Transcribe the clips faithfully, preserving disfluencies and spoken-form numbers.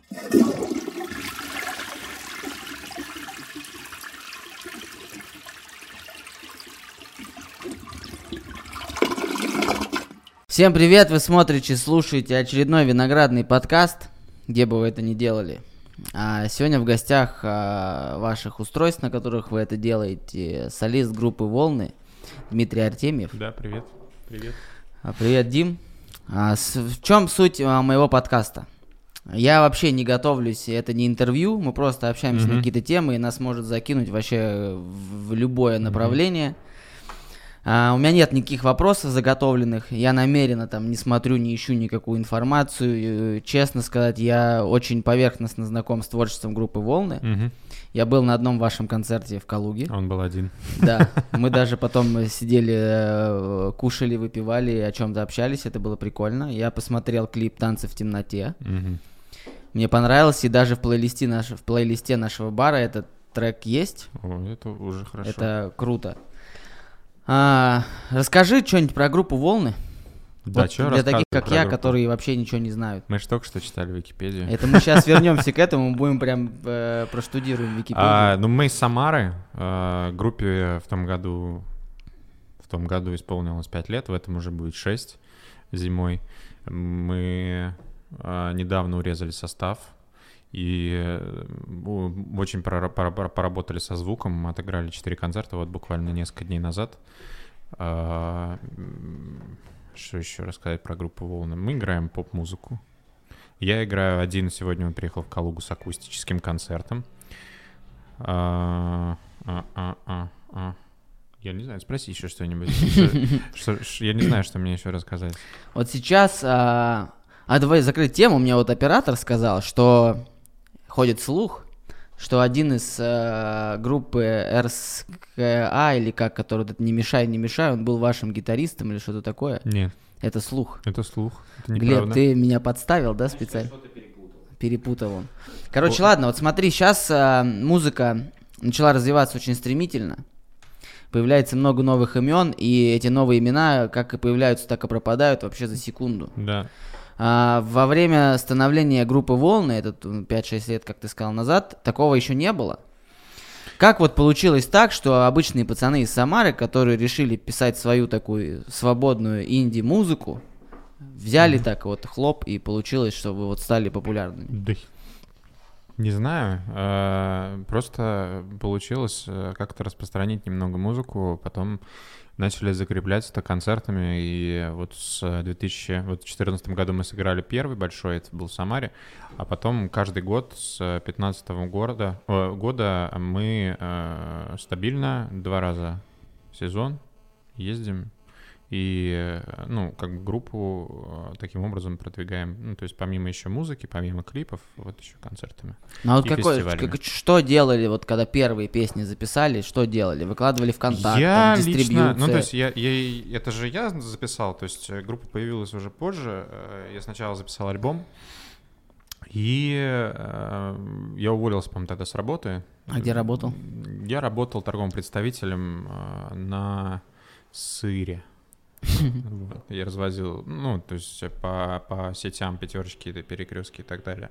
Всем привет, вы смотрите, слушаете очередной виноградный подкаст, где бы вы это ни делали. А сегодня в гостях а, ваших устройств, на которых вы это делаете, солист группы «Волны» Дмитрий Артемьев. Да, привет. Привет. А, привет, Дим. А, с, в чем суть а, моего подкаста? Я вообще не готовлюсь, это не интервью, мы просто общаемся mm-hmm. на какие-то темы, и нас может закинуть вообще в, в любое направление. Mm-hmm. Uh, у меня нет никаких вопросов заготовленных, я намеренно там не смотрю, не ищу никакую информацию. Честно сказать, я очень поверхностно знаком с творчеством группы «Волны». Uh-huh. Я был на одном вашем концерте в Калуге. Он был один. Да, мы даже потом сидели, кушали, выпивали, о чем-то общались, это было прикольно. Я посмотрел клип «Танцы в темноте». Uh-huh. Мне понравилось, и даже в плейлисте, наш... в плейлисте нашего бара этот трек есть. О, это уже хорошо. Это круто. А, расскажи что-нибудь про группу «Волны». Да, вот что для таких, как я, группу? Которые вообще ничего не знают. Мы же только что читали Википедию. Это мы сейчас вернемся к этому, мы будем прям э, проштудируем Википедию. А, ну, мы из Самары. Э, группе в том году в том году исполнилось пять лет, в этом уже будет шесть зимой. Мы э, недавно урезали состав и э, очень прора- пора- поработали со звуком. Мы отыграли четыре концерта вот буквально несколько дней назад. А, что еще рассказать про группу «Волны»? Мы играем поп-музыку. Я играю один. Сегодня он приехал в Калугу с акустическим концертом. А, а, а, а, а. Я не знаю, спроси еще что-нибудь. Я не знаю, что мне еще рассказать. Вот сейчас... А давай закрыть тему. Мне вот оператор сказал, что... Ходит слух, что один из э, группы эр эс ка а, или как, который «Не мешай, не мешай», он был вашим гитаристом или что-то такое? Нет. Это слух. Это слух. Это Глеб, ты меня подставил, да, специально? Что-то перепутал. Перепутал он. Короче, О. ладно, вот смотри, сейчас э, музыка начала развиваться очень стремительно. Появляется много новых имен, и эти новые имена, как и появляются, так и пропадают вообще за секунду. Да. А, во время становления группы «Волны», это пять-шесть лет, как ты сказал, назад, такого еще не было. Как вот получилось так, что обычные пацаны из Самары, которые решили писать свою такую свободную инди-музыку, взяли mm-hmm. так вот хлоп, и получилось, что вы вот стали популярными? Да. Не знаю, просто получилось как-то распространить немного музыку, потом начали закреплять это концертами, и вот с две тысячи четырнадцатом году мы сыграли первый большой, это был в Самаре, а потом каждый год с две тысячи пятнадцатого года, о, года мы э, стабильно два раза в сезон ездим и, ну, как бы группу таким образом продвигаем, ну, то есть помимо еще музыки, помимо клипов, вот еще концертами. Ну, а вот какой, как, что делали, вот когда первые песни записали, что делали? Выкладывали ВКонтакте, я там, дистрибьюция? Лично, ну, то есть я, я, это же я записал, то есть группа появилась уже позже, я сначала записал альбом, и э, я уволился, по-моему, тогда с работы. А где работал? Я работал торговым представителем э, на сыре. Вот. Я развозил, ну, то есть по, по сетям пятерочки, перекрестки и так далее.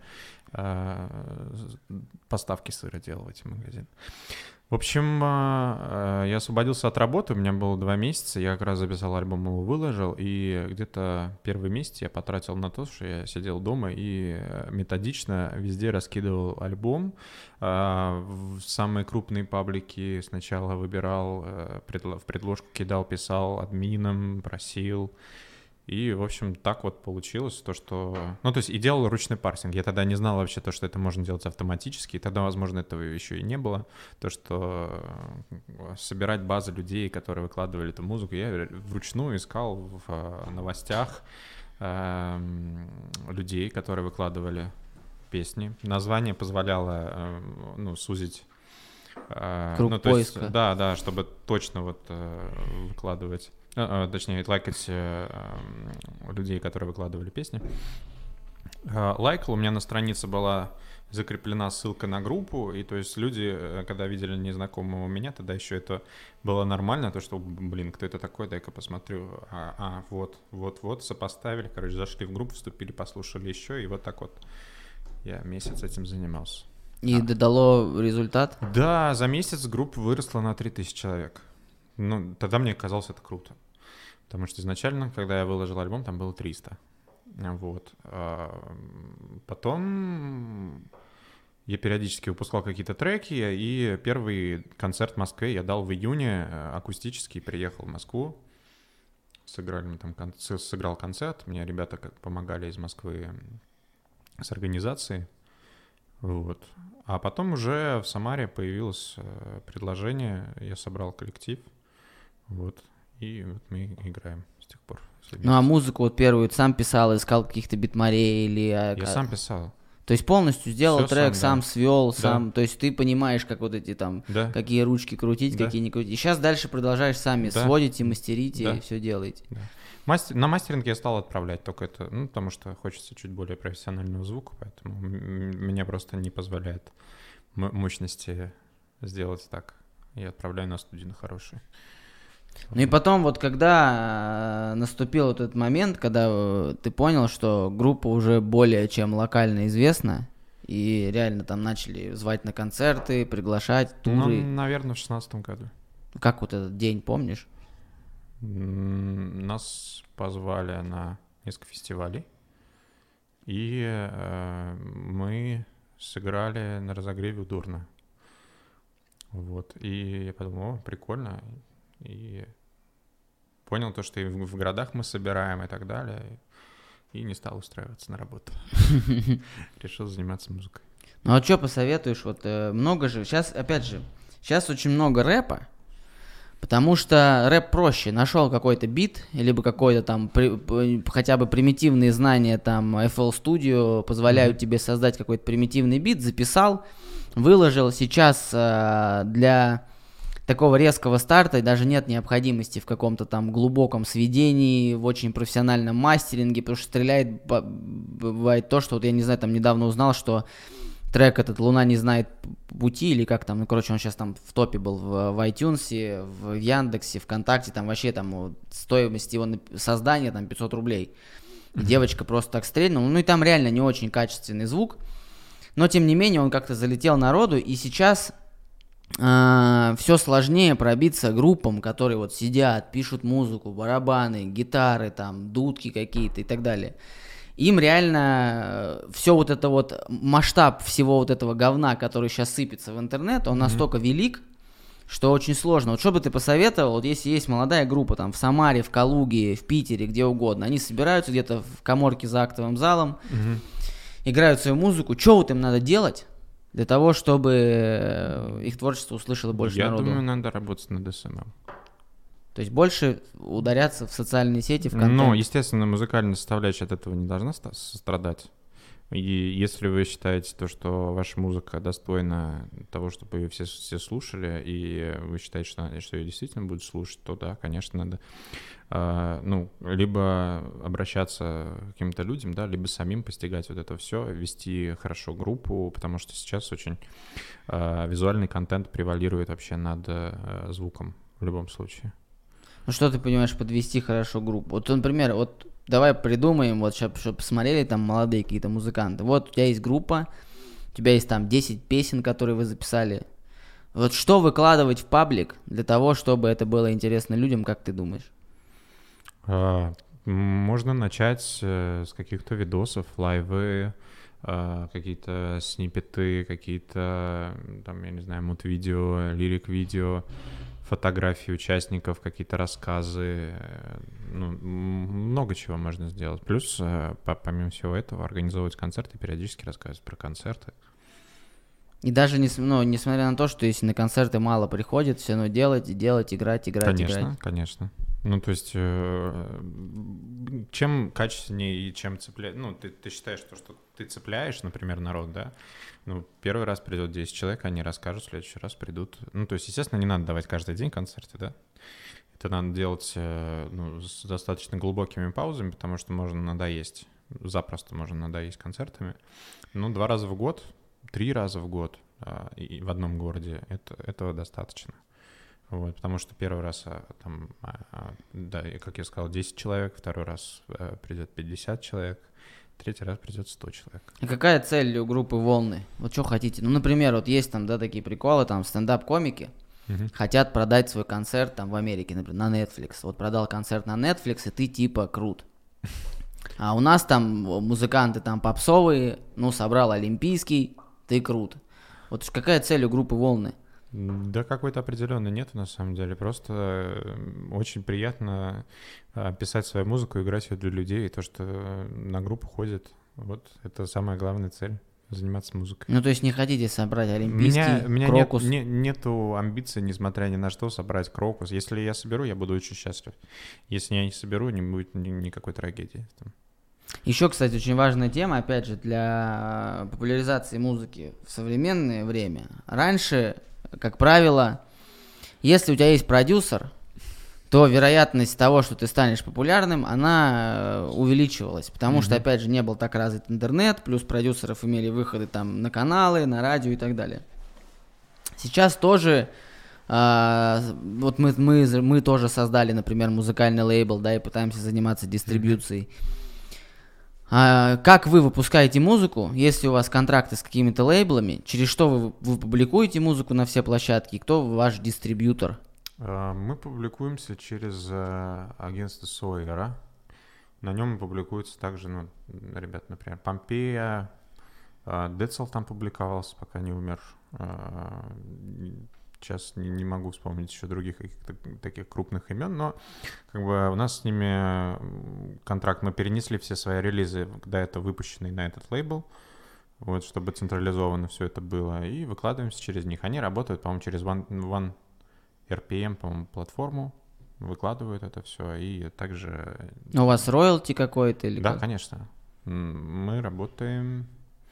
Поставки сыра делал в эти магазины. В общем, я освободился от работы, у меня было два месяца, я как раз записал альбом, его выложил, и где-то первый месяц я потратил на то, что я сидел дома и методично везде раскидывал альбом. В самые крупные паблики сначала выбирал, в предложку кидал, писал админам, просил. И, в общем, так вот получилось то, что... Ну, то есть и делал ручной парсинг. Я тогда не знал вообще то, что это можно делать автоматически. И тогда, возможно, этого еще и не было. То, что собирать базы людей, которые выкладывали эту музыку, я вручную искал в новостях э, людей, которые выкладывали песни. Название позволяло, э, ну, сузить... Э, Круг ну, то поиска. Есть, да, да, чтобы точно вот э, выкладывать... Точнее, лайкать э, людей, которые выкладывали песни. Э, лайкал, у меня на странице была закреплена ссылка на группу, и то есть люди, когда видели незнакомого меня, тогда еще это было нормально, то что, блин, кто это такой, дай-ка посмотрю. А, а вот, вот, вот, сопоставили, короче, зашли в группу, вступили, послушали еще, и вот так вот Я месяц этим занимался. И а. это дало результат? Да, за месяц группа выросла на три тысячи человек. Ну, тогда мне казалось это круто. Потому что изначально, когда я выложил альбом, там было триста. Вот. А потом я периодически выпускал какие-то треки, и первый концерт в Москве я дал в июне акустический, приехал в Москву. Сыграли мы там, сыграл концерт, мне ребята как помогали из Москвы с организацией. Вот. А потом уже в Самаре появилось предложение, я собрал коллектив, вот, и вот мы играем с тех пор. Ну а музыку вот первую ты сам писал, искал каких-то битмарей или... Я сам писал. То есть полностью сделал Всё трек, сам, сам да. свел, Да. сам, то есть ты понимаешь, как вот эти там, Да. какие ручки крутить, Да. какие не крутить. И сейчас дальше продолжаешь сами, Да. сводите, мастерите Да. и все делаете. Да. Мастер... На мастеринг я стал отправлять только это, ну, потому что хочется чуть более профессионального звука, поэтому м- меня просто не позволяет м- мощности сделать так. Я отправляю на студию на хорошие. Ну и потом вот когда э, наступил вот этот момент, когда э, ты понял, что группа уже более чем локально известна, и реально там начали звать на концерты, приглашать, Ну, туры. наверное, в шестнадцатом году. Как вот этот день, помнишь? М, Нас позвали на несколько фестивалей, и э, мы сыграли на разогреве у Дурна. Вот, и я подумал, о, прикольно, и понял то, что и в, в городах мы собираем и так далее, и не стал устраиваться на работу. Решил заниматься музыкой. Ну а что посоветуешь? Вот э, много же, сейчас, опять же, сейчас очень много рэпа, потому что рэп проще. Нашел какой-то бит, либо какой-то там при, п- хотя бы примитивные знания там эф эл Studio позволяют mm-hmm. тебе создать какой-то примитивный бит, записал, выложил. Сейчас э, для такого резкого старта даже нет необходимости в каком-то там глубоком сведении, в очень профессиональном мастеринге, потому что стреляет, бывает то, что вот я не знаю, там недавно узнал, что трек этот «Луна не знает пути», или как там, ну, короче, он сейчас там в топе был в, в iTunes, в Яндексе, ВКонтакте, там вообще там вот, стоимость его создания там пятьсот рублей. И mm-hmm. девочка просто так стрельнула, ну и там реально не очень качественный звук, но тем не менее он как-то залетел народу, и сейчас э, все сложнее пробиться группам, которые вот сидят, пишут музыку, барабаны, гитары, там, дудки какие-то и так далее. Им реально все вот это вот, масштаб всего вот этого говна, который сейчас сыпется в интернет, он mm-hmm. настолько велик, что очень сложно. Вот что бы ты посоветовал, вот если есть молодая группа там в Самаре, в Калуге, в Питере, где угодно, они собираются где-то в каморке за актовым залом, mm-hmm. играют свою музыку, что вот им надо делать для того, чтобы их творчество услышало больше Я народу? Я думаю, надо работать над эс эм эм. То есть больше ударяться в социальные сети, в контент. Ну, естественно, музыкальная составляющая от этого не должна страдать. И если вы считаете то, что ваша музыка достойна того, чтобы ее все, все слушали, и вы считаете, что, что ее действительно будут слушать, то да, конечно, надо э, ну, либо обращаться к каким-то людям, да, либо самим постигать вот это все, вести хорошо группу, потому что сейчас очень э, визуальный контент превалирует вообще над э, звуком в любом случае. Ну что ты понимаешь, подвести хорошо группу? Вот, например, вот давай придумаем, вот чтобы, чтобы посмотрели там молодые какие-то музыканты. Вот у тебя есть группа, у тебя есть там десять песен, которые вы записали. Вот что выкладывать в паблик для того, чтобы это было интересно людям, как ты думаешь? А, можно начать с каких-то видосов, лайвы, какие-то сниппеты, какие-то, там, я не знаю, мут-видео, лирик-видео, фотографии участников, какие-то рассказы, ну, много чего можно сделать. Плюс, помимо всего этого, организовывать концерты, периодически рассказывать про концерты. И даже, не, ну, несмотря на то, что если на концерты мало приходит, все равно делать, делать, играть, играть, конечно, играть. Конечно, конечно. Ну, то есть, э, чем качественнее и чем цепляешь, ну, ты, ты считаешь, то, что ты цепляешь, например, народ, да, ну, первый раз придет десять человек, они расскажут, в следующий раз придут. Ну, то есть, естественно, не надо давать каждый день концерты, да, это надо делать, э, ну, с достаточно глубокими паузами, потому что можно надоесть, запросто можно надоесть концертами. Ну, два раза в год, три раза в год э, и в одном городе, это, этого достаточно. Вот, потому что первый раз, там, да, как я сказал, десять человек, второй раз придет пятьдесят человек, третий раз придет сто человек. А какая цель у группы «Волны»? Вот что хотите? Ну, например, вот есть там, да, такие приколы, там, стендап-комики uh-huh. хотят продать свой концерт там в Америке, например, на Netflix. Вот продал концерт на Netflix, и ты типа крут. А у нас там музыканты там попсовые, ну, собрал олимпийский, ты крут. Вот какая цель у группы «Волны»? Да какой-то определенной нет, на самом деле. Просто очень приятно писать свою музыку, играть ее для людей. И то, что на группу ходит, вот это самая главная цель — заниматься музыкой. Ну, то есть не хотите собрать олимпийский, меня, меня крокус? У меня нет, не, нету амбиций, несмотря ни на что, собрать крокус. Если я соберу, я буду очень счастлив. Если я не соберу, не будет ни, никакой трагедии. Еще, кстати, очень важная тема, опять же, для популяризации музыки в современное время. Раньше, как правило, если у тебя есть продюсер, то вероятность того, что ты станешь популярным, она увеличивалась. Потому mm-hmm. что, опять же, не был так развит интернет, плюс продюсеров имели выходы там на каналы, на радио и так далее. Сейчас тоже, а, вот мы, мы, мы тоже создали, например, музыкальный лейбл, да, и пытаемся заниматься дистрибьюцией. Mm-hmm. А, как вы выпускаете музыку, если у вас контракты с какими-то лейблами, через что вы, вы публикуете музыку на все площадки, и кто ваш дистрибьютор? Мы публикуемся через агентство Сойера. На нем публикуются также, ну, ребят, например, Помпея, Децл там публиковался, пока не умер. Сейчас не, не могу вспомнить еще других таких крупных имен, но как бы у нас с ними контракт, мы перенесли все свои релизы, до этого выпущенные на этот лейбл, вот, чтобы централизованно все это было, и выкладываемся через них. Они работают, по-моему, через One, One эр пи эм, по-моему, платформу, выкладывают это все, и также... У вас роялти какой-то или Да, как? конечно. Мы работаем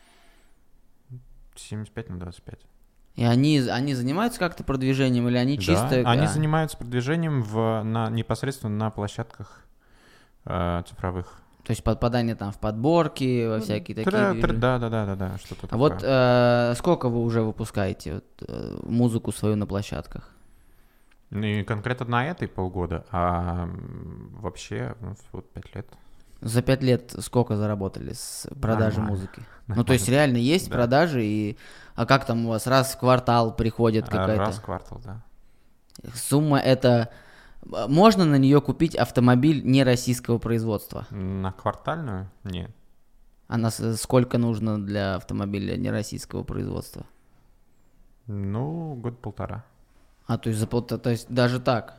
семьдесят пять на двадцать пять. И они, они занимаются как-то продвижением, или они чисто... Да, они а... занимаются продвижением в, на, непосредственно на площадках э, цифровых. То есть попадание там в подборки, во всякие такие... Да, да, да, да, да, да, что-то такое. А вот э, сколько вы уже выпускаете вот, э, музыку свою на площадках? Не конкретно на этой полгода, а вообще ну, вот пять лет. За пять лет сколько заработали с продажи Нормально. музыки? Нормально. Ну, то есть реально есть да. продажи, и... а как там у вас раз в квартал приходит какая-то... Раз в квартал, да. Сумма это... Можно на нее купить автомобиль не российского производства? На квартальную? Нет. А на сколько нужно для автомобиля не российского производства? Ну, год-полтора. А, то есть, за полтора, то есть даже так?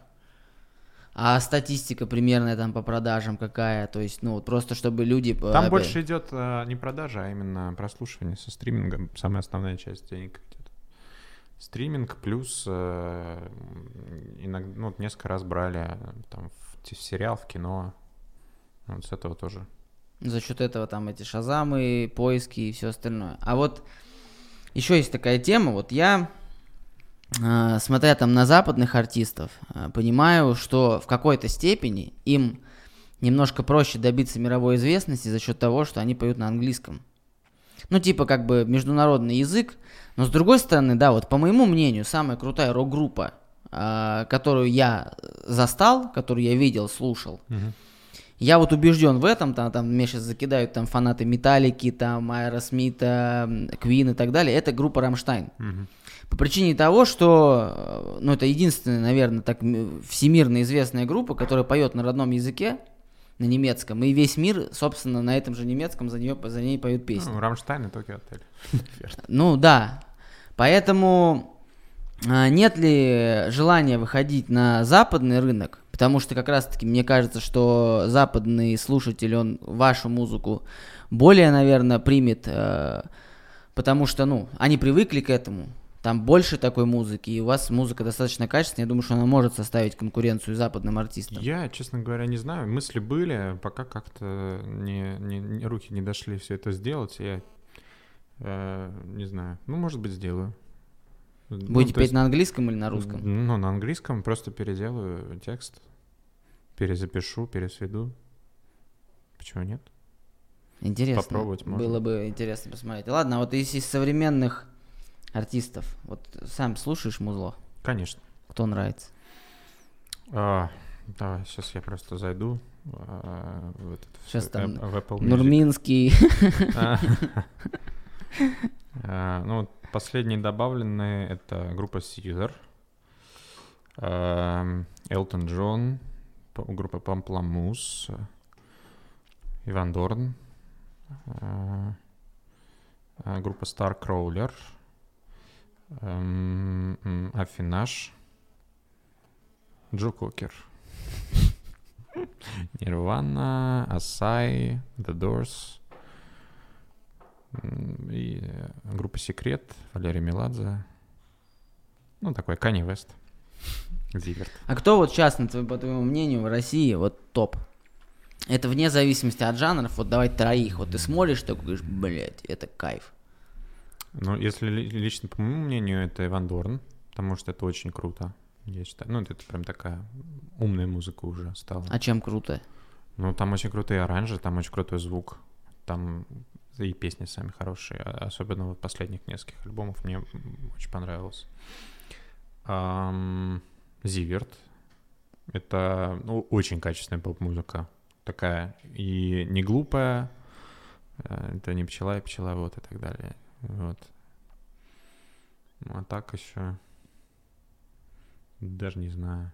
А статистика примерная там по продажам какая? То есть, ну, вот просто чтобы люди... Там опять... больше идет а, не продажа, а именно прослушивание со стримингом. Самая основная часть денег идет. Стриминг плюс э, иногда, ну, несколько раз брали там, в, в сериал, в кино. Вот с этого тоже. За счет этого там эти шазамы, поиски и все остальное. А вот еще есть такая тема. Вот я... смотря там на западных артистов, понимаю, что в какой-то степени им немножко проще добиться мировой известности за счет того, что они поют на английском. Ну, типа, как бы международный язык. Но с другой стороны, да, вот по моему мнению, самая крутая рок-группа, которую я застал, которую я видел, слушал, uh-huh. я вот убежден в этом, там, там мне сейчас закидают там фанаты Металлики, там, Аэросмита, Квин и так далее, это группа Рамштайн. Uh-huh. По причине того, что, ну, это единственная, наверное, так всемирно известная группа, которая поет на родном языке, на немецком, и весь мир, собственно, на этом же немецком за, нее, за ней поют песни. Ну, Рамштайн и Токио Отель. Ну, да. Поэтому а, нет ли желания выходить на западный рынок? Потому что как раз-таки мне кажется, что западный слушатель, он вашу музыку более, наверное, примет, э, потому что, ну, они привыкли к этому. Там больше такой музыки, и у вас музыка достаточно качественная. Я думаю, что она может составить конкуренцию западным артистам. Я, честно говоря, не знаю. Мысли были, пока как-то не, не, не, руки не дошли все это сделать. Я э, не знаю. Ну, может быть, сделаю. Будете ну, петь есть, на английском или на русском? Ну, на английском. Просто переделаю текст, перезапишу, пересведу. Почему нет? Интересно. Попробовать можно. Было бы интересно посмотреть. Ладно, вот из, из современных артистов. Вот сам слушаешь музло? Конечно. Кто нравится? А, давай, сейчас я просто зайду э, в этот, Сейчас там в Apple Music. Нурминский. Ну, последние добавленные — это группа Caesar, Элтон Джон, группа Pamplemousse, Иван Дорн, группа Starcrawler, Афинаж, Джо Кокер, Nirvana, Asai, The Doors и группа Секрет, Валерий Меладзе. Ну, такой Kanye West, Зиверт. А кто вот сейчас, по твоему мнению, в России вот топ? Это вне зависимости от жанров. Вот давай троих. Вот ты смотришь, такой говоришь, блядь, это кайф. Ну, если лично по моему мнению, это Иван Дорн, потому что это очень круто, я считаю. Ну, это прям такая умная музыка уже стала. А чем круто? Ну, там очень крутые аранжи, там очень крутой звук, там и песни сами хорошие, особенно вот последних нескольких альбомов мне очень понравилось. Um, Зиверт — это, ну, очень качественная поп-музыка, такая и не глупая, это не пчела и пчеловод и так далее. Вот. Ну, а так еще даже не знаю.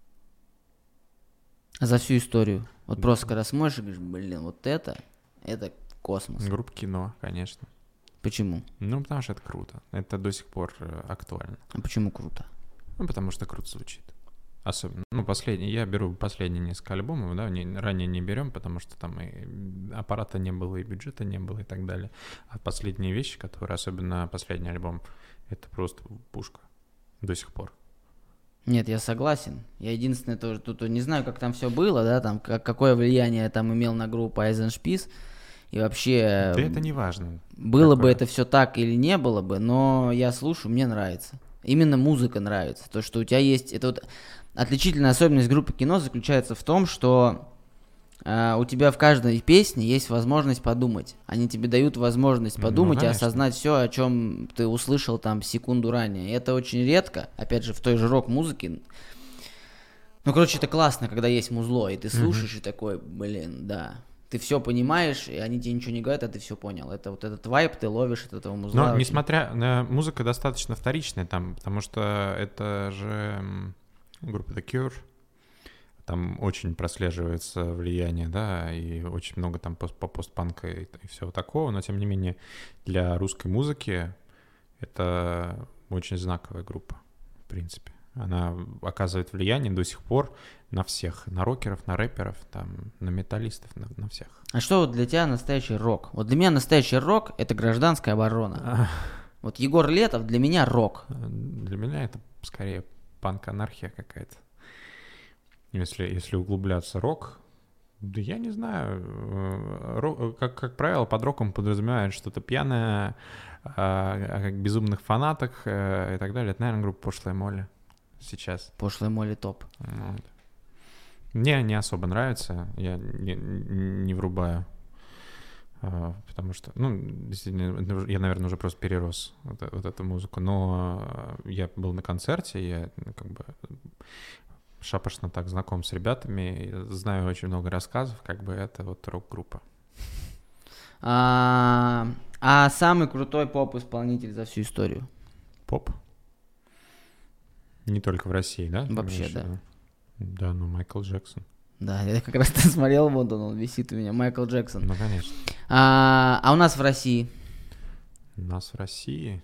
А за всю историю? Вот просто когда смотришь и говоришь, блин, вот это, это космос. Группа Кино, конечно. Почему? Ну, потому что это круто. Это до сих пор актуально. А почему круто? Ну, потому что круто звучит. Особенно, ну, последний, я беру последние несколько альбомов, да, не, ранее не берем, потому что там и аппарата не было, и бюджета не было, и так далее. А последние вещи, которые, особенно последний альбом, это просто пушка до сих пор. Нет, я согласен. Я единственное тоже тут не знаю, как там все было, да, там, как, какое влияние там имел на группу Eisenspiez, и вообще... Да это не важно. Было какое. бы это все так или не было бы, но я слушаю, мне нравится. Именно музыка нравится. То, что у тебя есть... Это вот отличительная особенность группы Кино заключается в том, что э, у тебя в каждой песне есть возможность подумать. Они тебе дают возможность подумать, ну, и осознать все, о чем ты услышал там секунду ранее. И это очень редко, опять же, в той же рок-музыке. Ну, короче, это классно, когда есть музло, и ты слушаешь, mm-hmm. и такой, блин, да. Ты все понимаешь, и они тебе ничего не говорят, а ты все понял. Это вот этот вайб ты ловишь от этого музла. Но, очень... несмотря на... Музыка достаточно вторичная там, потому что это же группа The Cure. Там очень прослеживается влияние, да, и очень много там пост- по постпанка и, и всего такого. Но, тем не менее, для русской музыки это очень знаковая группа, в принципе. Она оказывает влияние до сих пор на всех, на рокеров, на рэперов, там, на металлистов, на, на всех. А что вот для тебя настоящий рок? Вот для меня настоящий рок — это гражданская оборона. Вот Егор Летов для меня рок. Для меня это скорее панк-анархия какая-то. Если, если углубляться, рок, да я не знаю, рок, как, как правило, под роком подразумевают что-то пьяное, а, как безумных фанаток а, и так далее. Это, наверное, группа «Пошлая Молли» сейчас. «Пошлая Молли» топ. Вот. Мне не особо нравится, я не, не врубаю, а, потому что, ну, действительно, я, наверное, уже просто перерос вот, вот эту музыку, но я был на концерте, я как бы шапошно так знаком с ребятами, знаю очень много рассказов, как бы это вот рок-группа. А, а самый крутой поп-исполнитель за всю историю? Поп? Не только в России, да? Вообще, да. Да, ну Майкл Джексон. Да, я как раз смотрел, вот он, он висит у меня, Майкл Джексон. Ну, конечно. А, а у нас в России? У нас в России?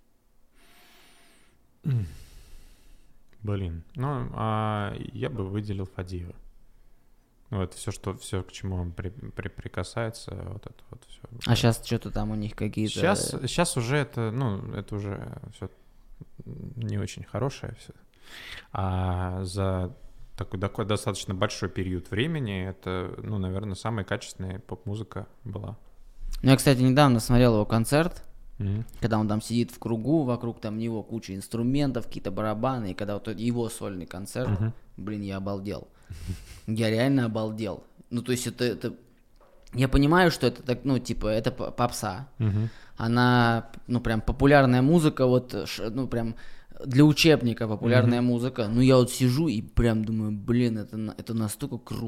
Блин, ну, а я бы выделил Фадеева. Вот все, что, все, к чему он при, при, прикасается, вот это вот все. А сейчас что-то там у них какие-то... Сейчас, сейчас уже это, ну, это уже все не очень хорошее все. А за такой, такой достаточно большой период времени это, ну, наверное, самая качественная поп-музыка была. Ну, я, кстати, недавно смотрел его концерт. Mm-hmm. Когда он там сидит в кругу, вокруг там него куча инструментов, какие-то барабаны, и когда вот его сольный концерт, mm-hmm. блин, я обалдел. Я реально обалдел. Ну, то есть это, это... Я понимаю, что это так, ну, типа, это попса. Mm-hmm. Она, ну, прям популярная музыка, вот, ну, прям для учебника популярная mm-hmm. музыка. Ну, я вот сижу и прям думаю, блин, это, это настолько круто.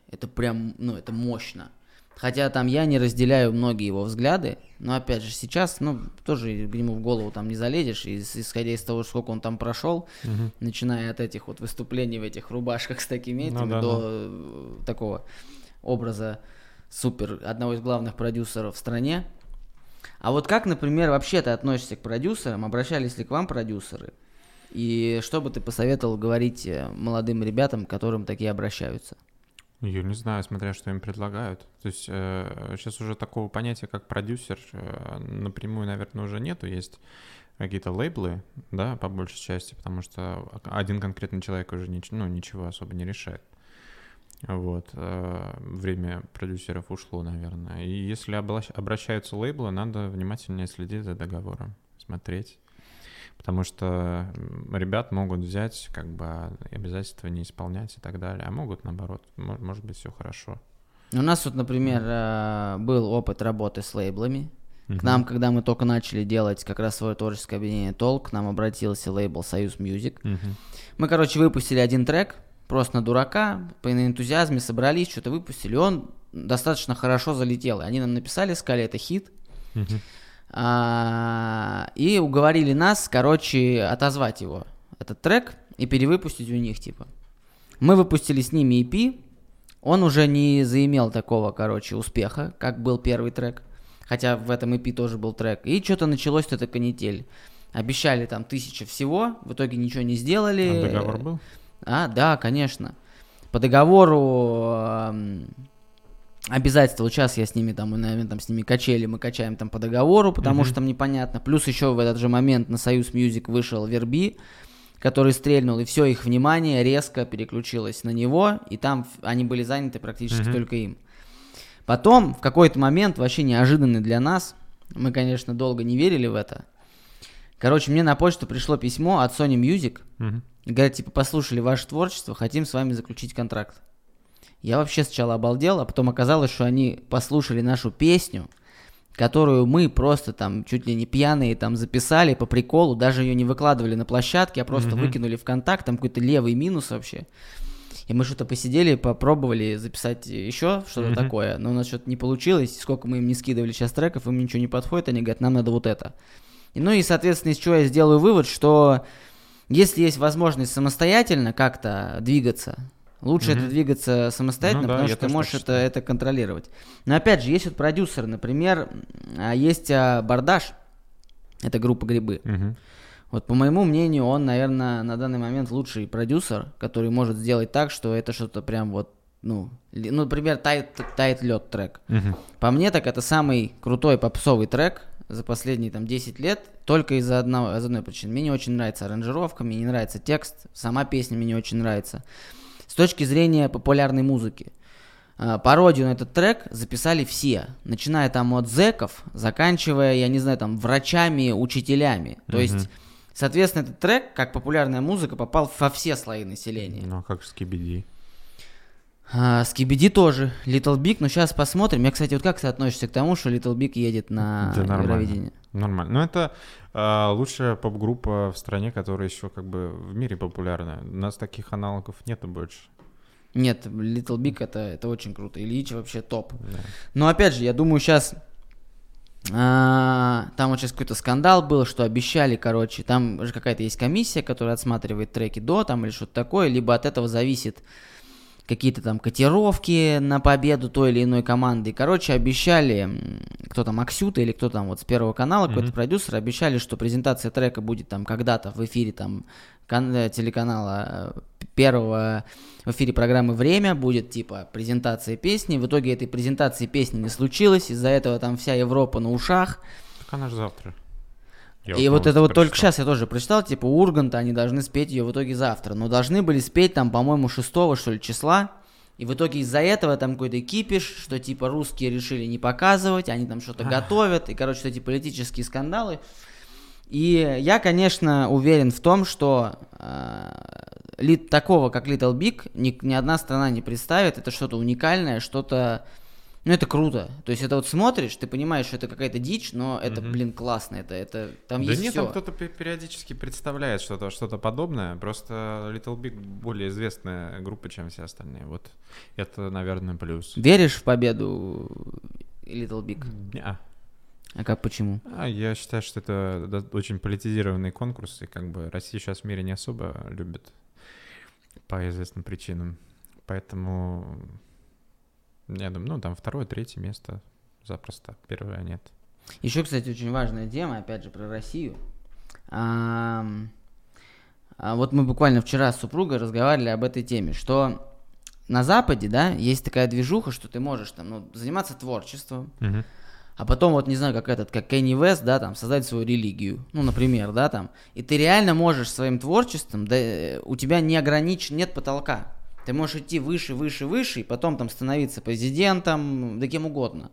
это прям, ну, это мощно. Хотя там я не разделяю многие его взгляды, но опять же сейчас, ну, тоже к нему в голову там не залезешь, и, исходя из того, сколько он там прошел, угу. начиная от этих вот выступлений в этих рубашках с такими этими, ну, да, до да. такого образа супер, одного из главных продюсеров в стране. А вот как, например, вообще ты относишься к продюсерам, обращались ли к вам продюсеры, и что бы ты посоветовал говорить молодым ребятам, к которым такие обращаются? Я не знаю, смотря что им предлагают. То есть э, сейчас уже такого понятия, как продюсер, э, напрямую, наверное, уже нету. Есть какие-то лейблы, да, по большей части, потому что один конкретный человек уже нич- ну, ничего особо не решает. Вот. Э, время продюсеров ушло, наверное. И если обла- обращаются лейблы, надо внимательнее следить за договором, смотреть. Потому что ребят могут взять, как бы обязательства не исполнять и так далее, а могут наоборот, может быть, все хорошо. У нас вот, например, mm. был опыт работы с лейблами. Mm-hmm. К нам, когда мы только начали делать как раз свое творческое объединение Толк, к нам обратился лейбл Союз Мьюзик. Mm-hmm. Мы, короче, выпустили один трек, просто на дурака, по энтузиазме собрались, что-то выпустили, он достаточно хорошо залетел. Они нам написали, сказали, это хит. Mm-hmm. А, и уговорили нас, короче, отозвать его, этот трек, и перевыпустить у них, типа. Мы выпустили с ними и пи, он уже не заимел такого, короче, успеха, как был первый трек, хотя в этом и пи тоже был трек, и что-то началось, это канитель. Обещали там тысячи всего, в итоге ничего не сделали. А договор был? А, да, конечно. По договору... Обязательства, вот сейчас я с ними там, мы, наверное, там с ними качели, мы качаем там по договору, потому mm-hmm. что там непонятно. Плюс еще в этот же момент на Союз Мьюзик вышел Верби, который стрельнул, и все их внимание резко переключилось на него, и там они были заняты практически mm-hmm. только им. Потом, в какой-то момент, вообще неожиданный для нас, мы, конечно, долго не верили в это. Короче, мне на почту пришло письмо от Sony Music, mm-hmm. и говорят, типа, послушали ваше творчество, хотим с вами заключить контракт. Я вообще сначала обалдел, а потом оказалось, что они послушали нашу песню, которую мы просто там чуть ли не пьяные там записали по приколу, даже ее не выкладывали на площадке, а просто mm-hmm. выкинули ВКонтакт, там какой-то левый минус вообще. И мы что-то посидели, попробовали записать еще что-то mm-hmm. такое, но у нас что-то не получилось, сколько мы им не скидывали сейчас треков, им ничего не подходит, они говорят, нам надо вот это. И, ну и, соответственно, из чего я сделаю вывод, что если есть возможность самостоятельно как-то двигаться, лучше mm-hmm. это двигаться самостоятельно, ну, да, потому что ты можешь это, это контролировать. Но опять же, есть вот продюсеры, например, есть Бардаш, это группа Грибы. Mm-hmm. Вот по моему мнению, он, наверное, на данный момент лучший продюсер, который может сделать так, что это что-то прям вот, ну, ну например, «Тает, тает лед» трек. Mm-hmm. По мне, так это самый крутой попсовый трек за последние там десять лет, только из-за одного, из одной причины. Мне не очень нравится аранжировка, мне не нравится текст, сама песня мне не очень нравится. С точки зрения популярной музыки, пародию на этот трек записали все, начиная там от зэков, заканчивая, я не знаю, там врачами, учителями. То mm-hmm. есть, соответственно, этот трек, как популярная музыка, попал во все слои населения. Ну, а как Скибиди? А, Скибиди тоже, Little Big, но сейчас посмотрим. Я, кстати, вот как ты относишься к тому, что Little Big едет на да, Евровидение? Нормально. Ну, это э, лучшая поп-группа в стране, которая еще как бы в мире популярна. У нас таких аналогов нету больше. Нет, Little Big это, это очень круто. Ильич вообще топ. Да. Но опять же, я думаю, сейчас а, там вот сейчас какой-то скандал был, что обещали, короче, там же какая-то есть комиссия, которая отсматривает треки до там или что-то такое, либо от этого зависит какие-то там котировки на победу той или иной команды. Короче, обещали, кто там, Аксюта или кто там вот с Первого канала, mm-hmm. какой-то продюсер, обещали, что презентация трека будет там когда-то в эфире там кан- телеканала Первого, в эфире программы «Время», будет типа презентация песни. В итоге этой презентации песни не случилось, из-за этого там вся Европа на ушах. Так она же завтра. Я и вот это вот прочитал. Только сейчас я тоже прочитал, типа у Урганта они должны спеть ее в итоге завтра, но должны были спеть там, по-моему, шестого что ли числа, и в итоге из-за этого там какой-то кипиш, что типа русские решили не показывать, они там что-то готовят, и, короче, эти политические скандалы. И я, конечно, уверен в том, что э, лид такого, как Little Big, ни, ни одна страна не представит, это что-то уникальное, что-то Ну, это круто. То есть это вот смотришь, ты понимаешь, что это какая-то дичь, но это, mm-hmm. блин, классно. Это, это, там да есть нет, всё. там кто-то периодически представляет что-то, что-то подобное. Просто Little Big более известная группа, чем все остальные. Вот это, наверное, плюс. Веришь в победу Little Big? Не-а. А как, почему? А, я считаю, что это очень политизированный конкурс, и как бы Россию сейчас в мире не особо любит по известным причинам. Поэтому... Я думаю, ну, там второе, третье место запросто, первое нет. Еще, кстати, очень важная тема, опять же, про Россию. А, а вот мы буквально вчера с супругой разговаривали об этой теме, что на Западе, да, есть такая движуха, что ты можешь там, ну, заниматься творчеством, угу. а потом, вот, не знаю, как этот, как Кенни Уэст, да, там, создать свою религию, ну, например, да, там, и ты реально можешь своим творчеством, да, у тебя не ограничен, нет потолка. Ты можешь идти выше, выше, выше, и потом там становиться президентом, да кем угодно.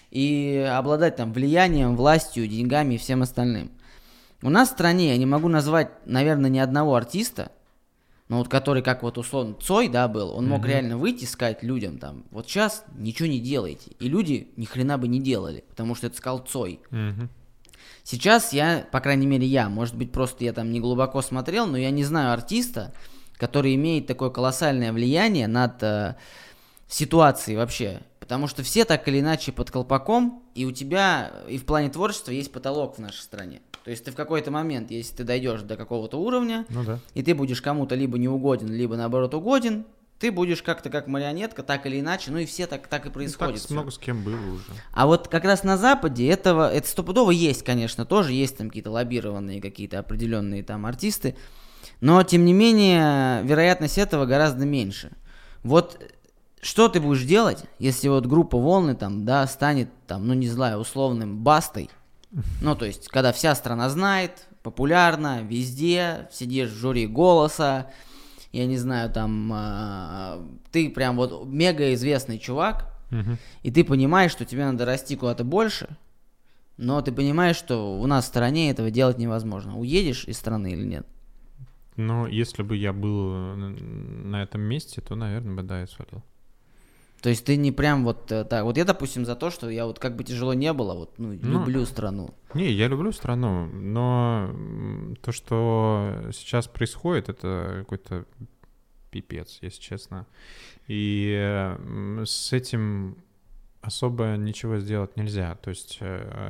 И обладать там влиянием, властью, деньгами и всем остальным. У нас в стране я не могу назвать, наверное, ни одного артиста, ну вот который, как вот условно Цой, да, был, он мог mm-hmm. реально выйти и сказать людям там, вот сейчас ничего не делайте. И люди ни хрена бы не делали, потому что это сказал Цой. Mm-hmm. Сейчас я, по крайней мере я, может быть просто я там не глубоко смотрел, но я не знаю артиста, который имеет такое колоссальное влияние над э, ситуацией вообще. Потому что все так или иначе под колпаком, и у тебя и в плане творчества есть потолок в нашей стране. То есть ты в какой-то момент, если ты дойдешь до какого-то уровня, ну, да. и ты будешь кому-то либо не угоден, либо наоборот угоден, ты будешь как-то как марионетка, так или иначе, ну и все так, так и происходит. Ну, так много с кем было уже. А вот как раз на Западе этого, это стопудово есть, конечно, тоже есть там какие-то лоббированные, какие-то определенные там артисты, но, тем не менее, вероятность этого гораздо меньше. Вот что ты будешь делать, если вот группа «Волны» там, да, станет, там, ну, не знаю, условным Бастой? Ну, то есть, когда вся страна знает, популярна, везде, сидишь в жюри «Голоса», я не знаю, там, э, ты прям вот мега известный чувак, uh-huh. и ты понимаешь, что тебе надо расти куда-то больше, но ты понимаешь, что у нас в стране этого делать невозможно. Уедешь из страны или нет? Ну, если бы я был на этом месте, то, наверное, бы, да, я свалил. То есть ты не прям вот так. Вот я, допустим, за то, что я вот как бы тяжело не было, вот, ну, ну люблю страну. Не, я люблю страну, но то, что сейчас происходит, это какой-то пипец, если честно. И с этим особо ничего сделать нельзя. То есть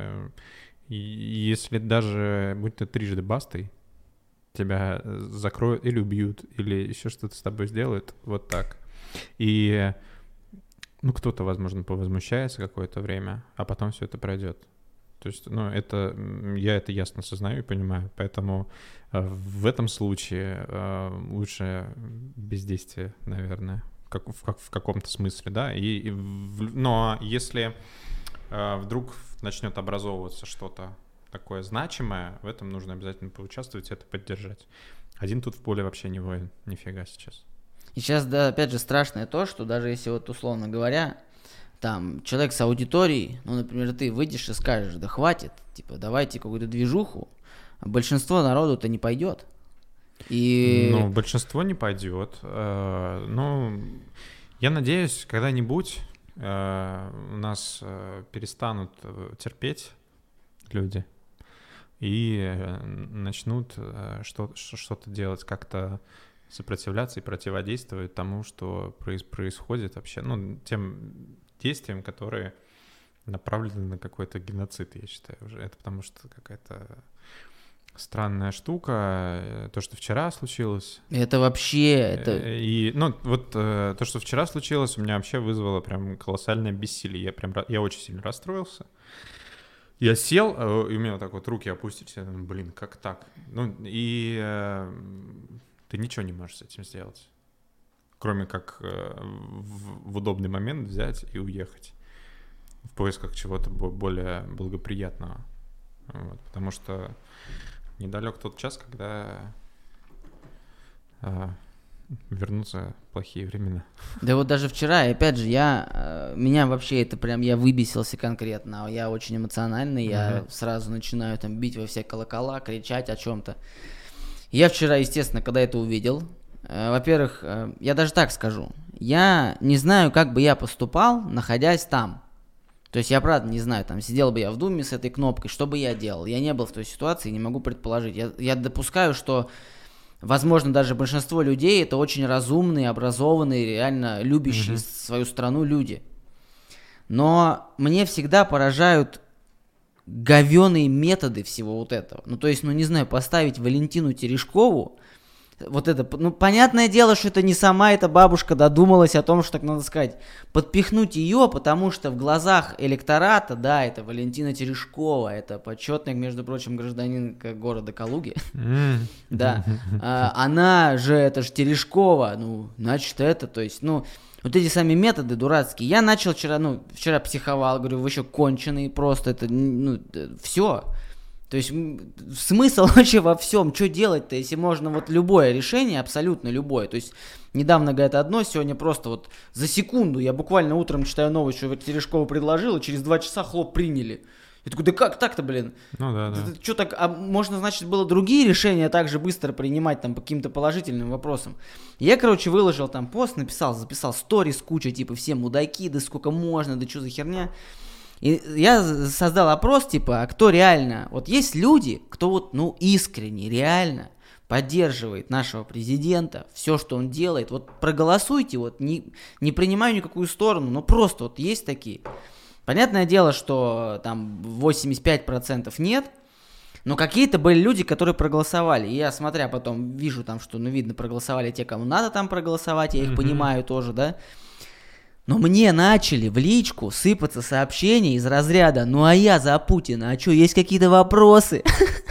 если даже будь ты трижды Бастой, тебя закроют или убьют, или еще что-то с тобой сделают, вот так. И, ну, кто-то, возможно, повозмущается какое-то время, а потом все это пройдет. То есть, ну, это, я это ясно осознаю и понимаю, поэтому э, в этом случае э, лучше бездействие, наверное, как, в, как, в каком-то смысле, да, и, и в, но если э, вдруг начнет образовываться что-то такое значимое, в этом нужно обязательно поучаствовать и это поддержать. Один тут в поле вообще не воин, нифига сейчас. И сейчас, да, опять же, страшное то, что даже если вот, условно говоря, там, человек с аудиторией, ну, например, ты выйдешь и скажешь, да хватит, типа, давайте какую-то движуху, а большинство народу-то не пойдет. И... Ну, большинство не пойдет. Э, ну, я надеюсь, когда-нибудь э, у нас э, перестанут терпеть люди и начнут э, что- что-то делать, как-то сопротивляться и противодействовать тому, что проис- происходит вообще, ну, тем действиям, которые направлены на какой-то геноцид, я считаю уже. Это потому что какая-то странная штука. То, что вчера случилось. Это вообще... Это... И, ну, вот то, что вчера случилось, у меня вообще вызвало прям колоссальное бессилие. Я прям, я очень сильно расстроился. Я сел, и у меня вот так вот руки опустились. Я думаю, блин, как так? Ну, и э, ты ничего не можешь с этим сделать. Кроме как э, в, в удобный момент взять и уехать. В поисках чего-то более благоприятного. Вот, потому что недалек тот час, когда э, вернутся плохие времена. Да вот даже вчера, и опять же, я, меня вообще это прям, я выбесился конкретно, я очень эмоциональный, uh-huh. я сразу начинаю там бить во все колокола, кричать о чем-то. Я вчера, естественно, когда это увидел, э, во-первых, э, я даже так скажу, я не знаю, как бы я поступал, находясь там. То есть я, правда, не знаю, там, сидел бы я в Думе с этой кнопкой, что бы я делал? Я не был в той ситуации, не могу предположить. Я, я допускаю, что, возможно, даже большинство людей — это очень разумные, образованные, реально любящие mm-hmm. свою страну люди. Но мне всегда поражают говёные методы всего вот этого. Ну, то есть, ну, не знаю, поставить Валентину Терешкову, вот это, ну, понятное дело, что это не сама эта бабушка додумалась о том, что так надо сказать, подпихнуть ее, потому что в глазах электората, да, это Валентина Терешкова, это почетный, между прочим, гражданин города Калуги, да, она же, это же Терешкова, ну, значит, это, то есть, ну, вот эти сами методы дурацкие. Я начал вчера, ну, вчера психовал, говорю, вы еще конченые, просто это, ну, все. То есть смысл вообще во всем, что делать-то, если можно вот любое решение, абсолютно любое. То есть недавно, говорят, одно, сегодня просто вот за секунду, я буквально утром читаю новость, что Терешкова предложила, через два часа хлоп приняли. Я такой, да как так-то, блин? Ну да, да. Что так, а можно, значит, было другие решения также быстро принимать там по каким-то положительным вопросам. Я, короче, выложил там пост, написал, записал сторис куча, типа, все мудаки, да сколько можно, да что за херня. И я создал опрос, типа, а кто реально, вот есть люди, кто вот, ну, искренне, реально поддерживает нашего президента, все, что он делает, вот проголосуйте, вот, не, не принимаю никакую сторону, но просто вот есть такие. Понятное дело, что там восемьдесят пять процентов нет, но какие-то были люди, которые проголосовали. И я, смотря потом, вижу там, что, ну, видно, проголосовали те, кому надо там проголосовать, я их mm-hmm. понимаю тоже, да. Но мне начали в личку сыпаться сообщения из разряда: ну а я за Путина, а что, есть какие-то вопросы?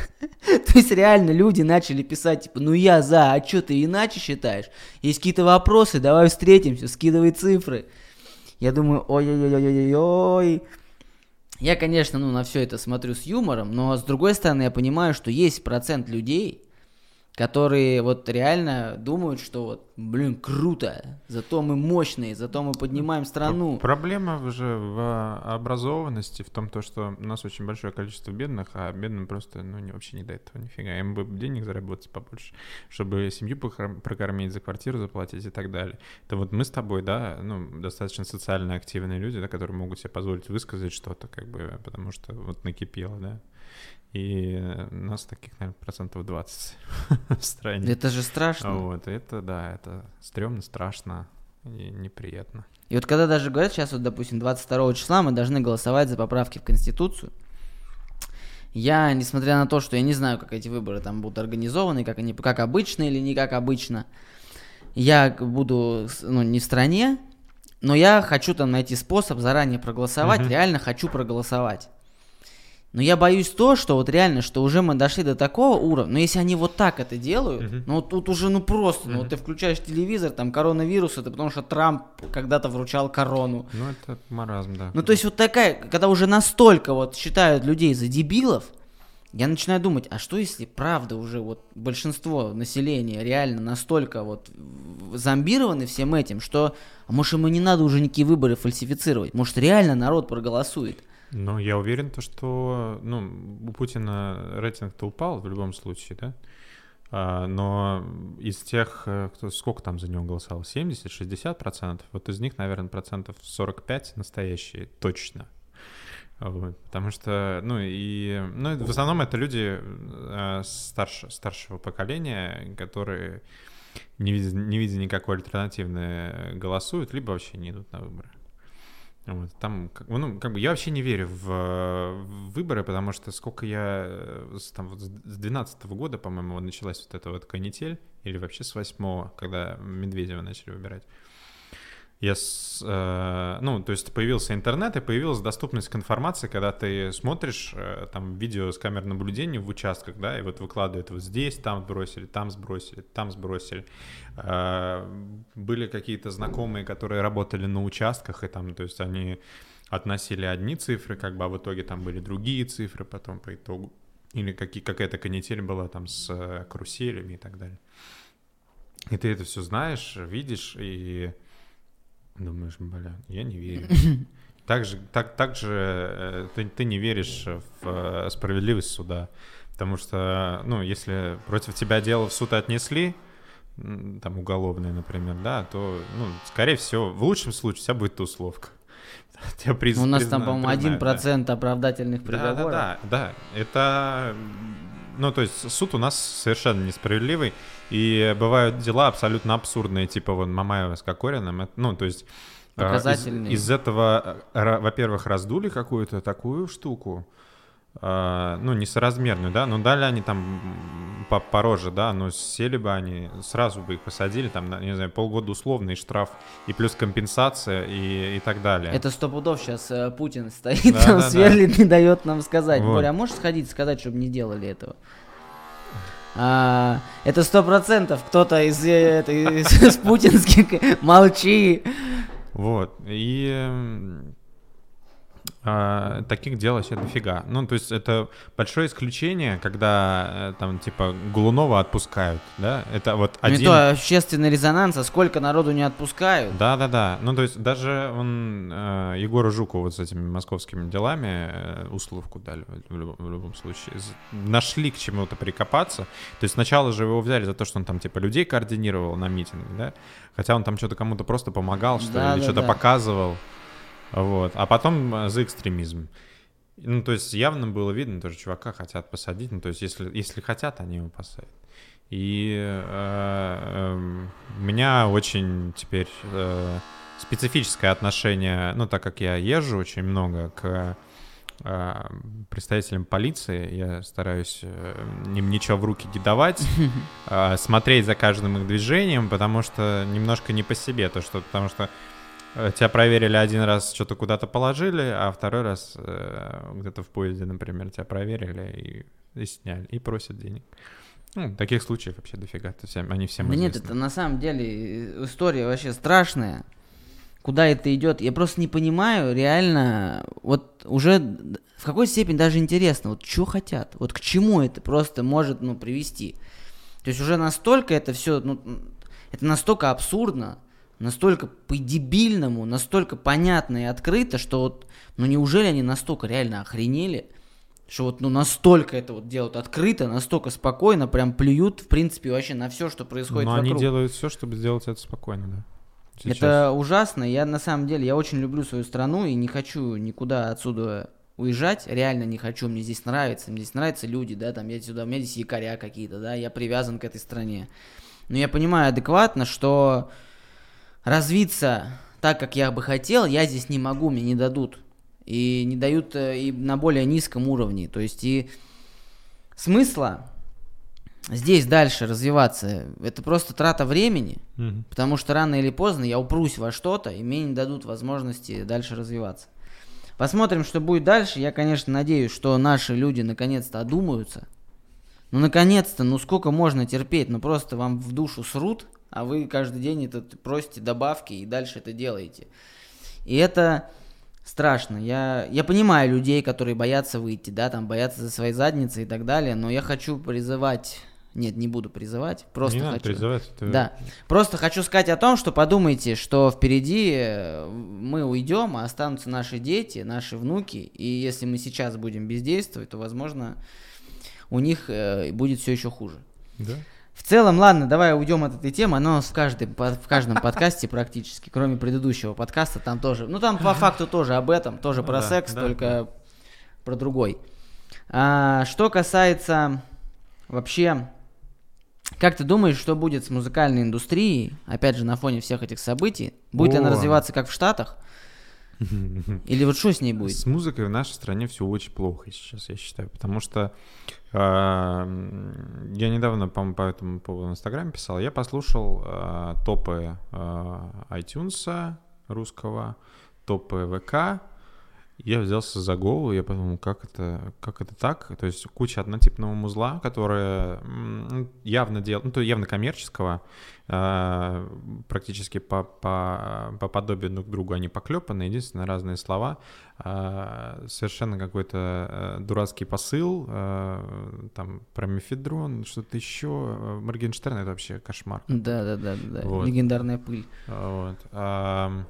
То есть реально люди начали писать, типа, ну я за, а что ты иначе считаешь? Есть какие-то вопросы, давай встретимся, скидывай цифры. Я думаю, ой-ой-ой-ой-ой. Я, конечно, ну на все это смотрю с юмором, но с другой стороны я понимаю, что есть процент людей, которые вот реально думают, что вот, блин, круто, зато мы мощные, зато мы поднимаем страну. Проблема же в образованности, в том, то, что у нас очень большое количество бедных, а бедным просто, ну, не, вообще не до этого нифига. Им бы денег заработать побольше, чтобы семью прокормить, за квартиру заплатить и так далее. Это вот мы с тобой, да, ну, достаточно социально активные люди, да, которые могут себе позволить высказать что-то, как бы, потому что вот накипело, да. И у нас таких, наверное, процентов двадцать в стране. Это же страшно. Вот, это, да, это стрёмно, страшно и неприятно. И вот когда даже говорят, сейчас вот, допустим, двадцать второго числа мы должны голосовать за поправки в Конституцию, я, несмотря на то, что я не знаю, как эти выборы там будут организованы, как они, как обычно или не как обычно, я буду, ну, не в стране, но я хочу там найти способ заранее проголосовать, uh-huh. реально хочу проголосовать. Но я боюсь то, что вот реально, что уже мы дошли до такого уровня, но если они вот так это делают, uh-huh. ну тут уже ну просто, uh-huh. ну вот ты включаешь телевизор, там коронавирус, это потому что Трамп когда-то вручал корону. Ну это маразм, да. Ну то есть вот такая, когда уже настолько вот считают людей за дебилов, я начинаю думать, а что если правда уже вот большинство населения реально настолько вот зомбированы всем этим, что, а может ему не надо уже никакие выборы фальсифицировать, может реально народ проголосует. Ну, я уверен, то, что, ну, у Путина рейтинг-то упал в любом случае, да? А, но из тех, кто, сколько там за него голосовал, семьдесят-шестьдесят процентов, вот из них, наверное, процентов сорок пять настоящие, точно. Вот, потому что, ну, и, ну, в основном это люди э, старше, старшего поколения, которые, не видя, не видя никакой альтернативы, голосуют, либо вообще не идут на выборы. Вот, там, ну, как бы я вообще не верю в, в выборы, потому что сколько я, там, вот с двенадцатого года, по-моему, началась вот эта вот канитель, или вообще с восьмого, когда Медведева начали выбирать. Я, с, э, ну, то есть появился интернет, и появилась доступность к информации, когда ты смотришь э, там видео с камер наблюдения в участках, да, и вот выкладывают вот здесь, там сбросили, там сбросили, там сбросили. Э, были какие-то знакомые, которые работали на участках, и там, то есть они относили одни цифры, как бы, а в итоге там были другие цифры потом по итогу. Или какие, какая-то канитель была там с э, каруселями и так далее. И ты это все знаешь, видишь, и... Думаешь, бля, я не верю. Так же, так, так же э, ты, ты не веришь в э, справедливость суда, потому что, ну, если против тебя дело в суд отнесли, там, уголовное, например, да, то, ну, скорее всего, в лучшем случае у тебя будет условка. Тебя приз, У нас призна, там, по-моему, один процент да. оправдательных приговоров. Да, да, да, да. Это... Ну, то есть суд у нас совершенно несправедливый, и бывают дела абсолютно абсурдные, типа вот Мамаева с Кокориным. Ну, то есть Показательные. Из, из этого, во-первых, раздули какую-то такую штуку, ну, несоразмерную, да, ну, дали они там по, по роже, да, но сели бы они, сразу бы их посадили, там, не знаю, полгода условный штраф, и плюс компенсация, и, и так далее. Это сто пудов сейчас э, Путин стоит, да, там да, сверлит, да. не дает нам сказать. Вот. Боря, а можешь сходить сказать, чтобы не делали этого? А, это сто процентов кто-то из, это, из, из путинских, молчи. Вот, и... А, таких дел вообще дофига. Ну, то есть это большое исключение, когда там, типа, Голунова отпускают, да? Это вот один... Ну и то общественный резонанс, а сколько народу не отпускают. Да-да-да. Ну, то есть даже он э, Егору Жукову вот с этими московскими делами э, условку дали в любом, в любом случае. Нашли к чему-то прикопаться. То есть сначала же его взяли за то, что он там, типа, людей координировал на митинг, да? Хотя он там что-то кому-то просто помогал, что да, ли, или да, что-то да. показывал. Вот. А потом за экстремизм. Ну, то есть явно было видно, тоже чувака хотят посадить. Ну, то есть если, если хотят, они его посадят. И э, э, у меня очень теперь э, специфическое отношение, ну, так как я езжу очень много к э, представителям полиции, я стараюсь э, им ничего в руки не давать, э, смотреть за каждым их движением, потому что немножко не по себе, то, что, потому что тебя проверили один раз, что-то куда-то положили, а второй раз э, где-то в поезде, например, тебя проверили и, и сняли, и просят денег. Ну, таких случаев вообще дофига, то всем, они всем Да известны. нет, это на самом деле история вообще страшная. Куда это идет? Я просто не понимаю, реально, вот уже в какой степени даже интересно, вот что хотят, вот к чему это просто может, ну, привести. То есть уже настолько это все, ну, это настолько абсурдно, настолько по-дебильному, настолько понятно и открыто, что вот, ну неужели они настолько реально охренели, что вот, ну настолько это вот делают открыто, настолько спокойно, прям плюют, в принципе, вообще на все, что происходит Но вокруг. они делают все, чтобы сделать это спокойно, да. Сейчас. Это ужасно, я на самом деле, я очень люблю свою страну и не хочу никуда отсюда уезжать, реально не хочу, мне здесь нравится, мне здесь нравятся люди, да, там я сюда, у меня здесь якоря какие-то, да, я привязан к этой стране. Но я понимаю адекватно, что развиться так, как я бы хотел, я здесь не могу, мне не дадут. И не дают и на более низком уровне. То есть и смысла здесь дальше развиваться, это просто трата времени, Mm-hmm. потому что рано или поздно я упрусь во что-то, и мне не дадут возможности дальше развиваться. Посмотрим, что будет дальше. Я, конечно, надеюсь, что наши люди наконец-то одумаются. Ну, наконец-то, ну сколько можно терпеть? Ну, просто вам в душу срут, а вы каждый день это просите добавки и дальше это делаете. И это страшно. Я, я понимаю людей, которые боятся выйти, да, там боятся за свои задницы и так далее, но я хочу призывать... Нет, не буду призывать, просто не хочу... надо призывать. Это... Да, просто хочу сказать о том, что подумайте, что впереди мы уйдем, а останутся наши дети, наши внуки, и если мы сейчас будем бездействовать, то, возможно, у них э, будет все еще хуже. Да? В целом, ладно, давай уйдем от этой темы. Она у нас в, каждой, в каждом подкасте практически, кроме предыдущего подкаста, там тоже. Ну, там по факту тоже об этом, тоже Ну, про да, секс, да, только да. про другой. А, что касается вообще, как ты думаешь, что будет с музыкальной индустрией, опять же, на фоне всех этих событий? Будет ли она О. развиваться как в Штатах? Или вот что с ней будет? С музыкой в нашей стране все очень плохо сейчас, я считаю, потому что э, я недавно, по-моему, по этому поводу в Инстаграме писал, я послушал э, топы э, iTunes русского, топы ВК, я взялся за голову, я подумал, как это, как это так? То есть куча однотипного музла, которое м, явно делает, ну, то явно коммерческого, э, практически по, по, по подобию друг к другу они поклепаны, единственное, разные слова, э, совершенно какой-то э, дурацкий посыл, э, там, про мефедрон, что-то еще, Моргенштерн — это вообще кошмар. Да-да-да, Вот. Легендарная пыль. Вот. А,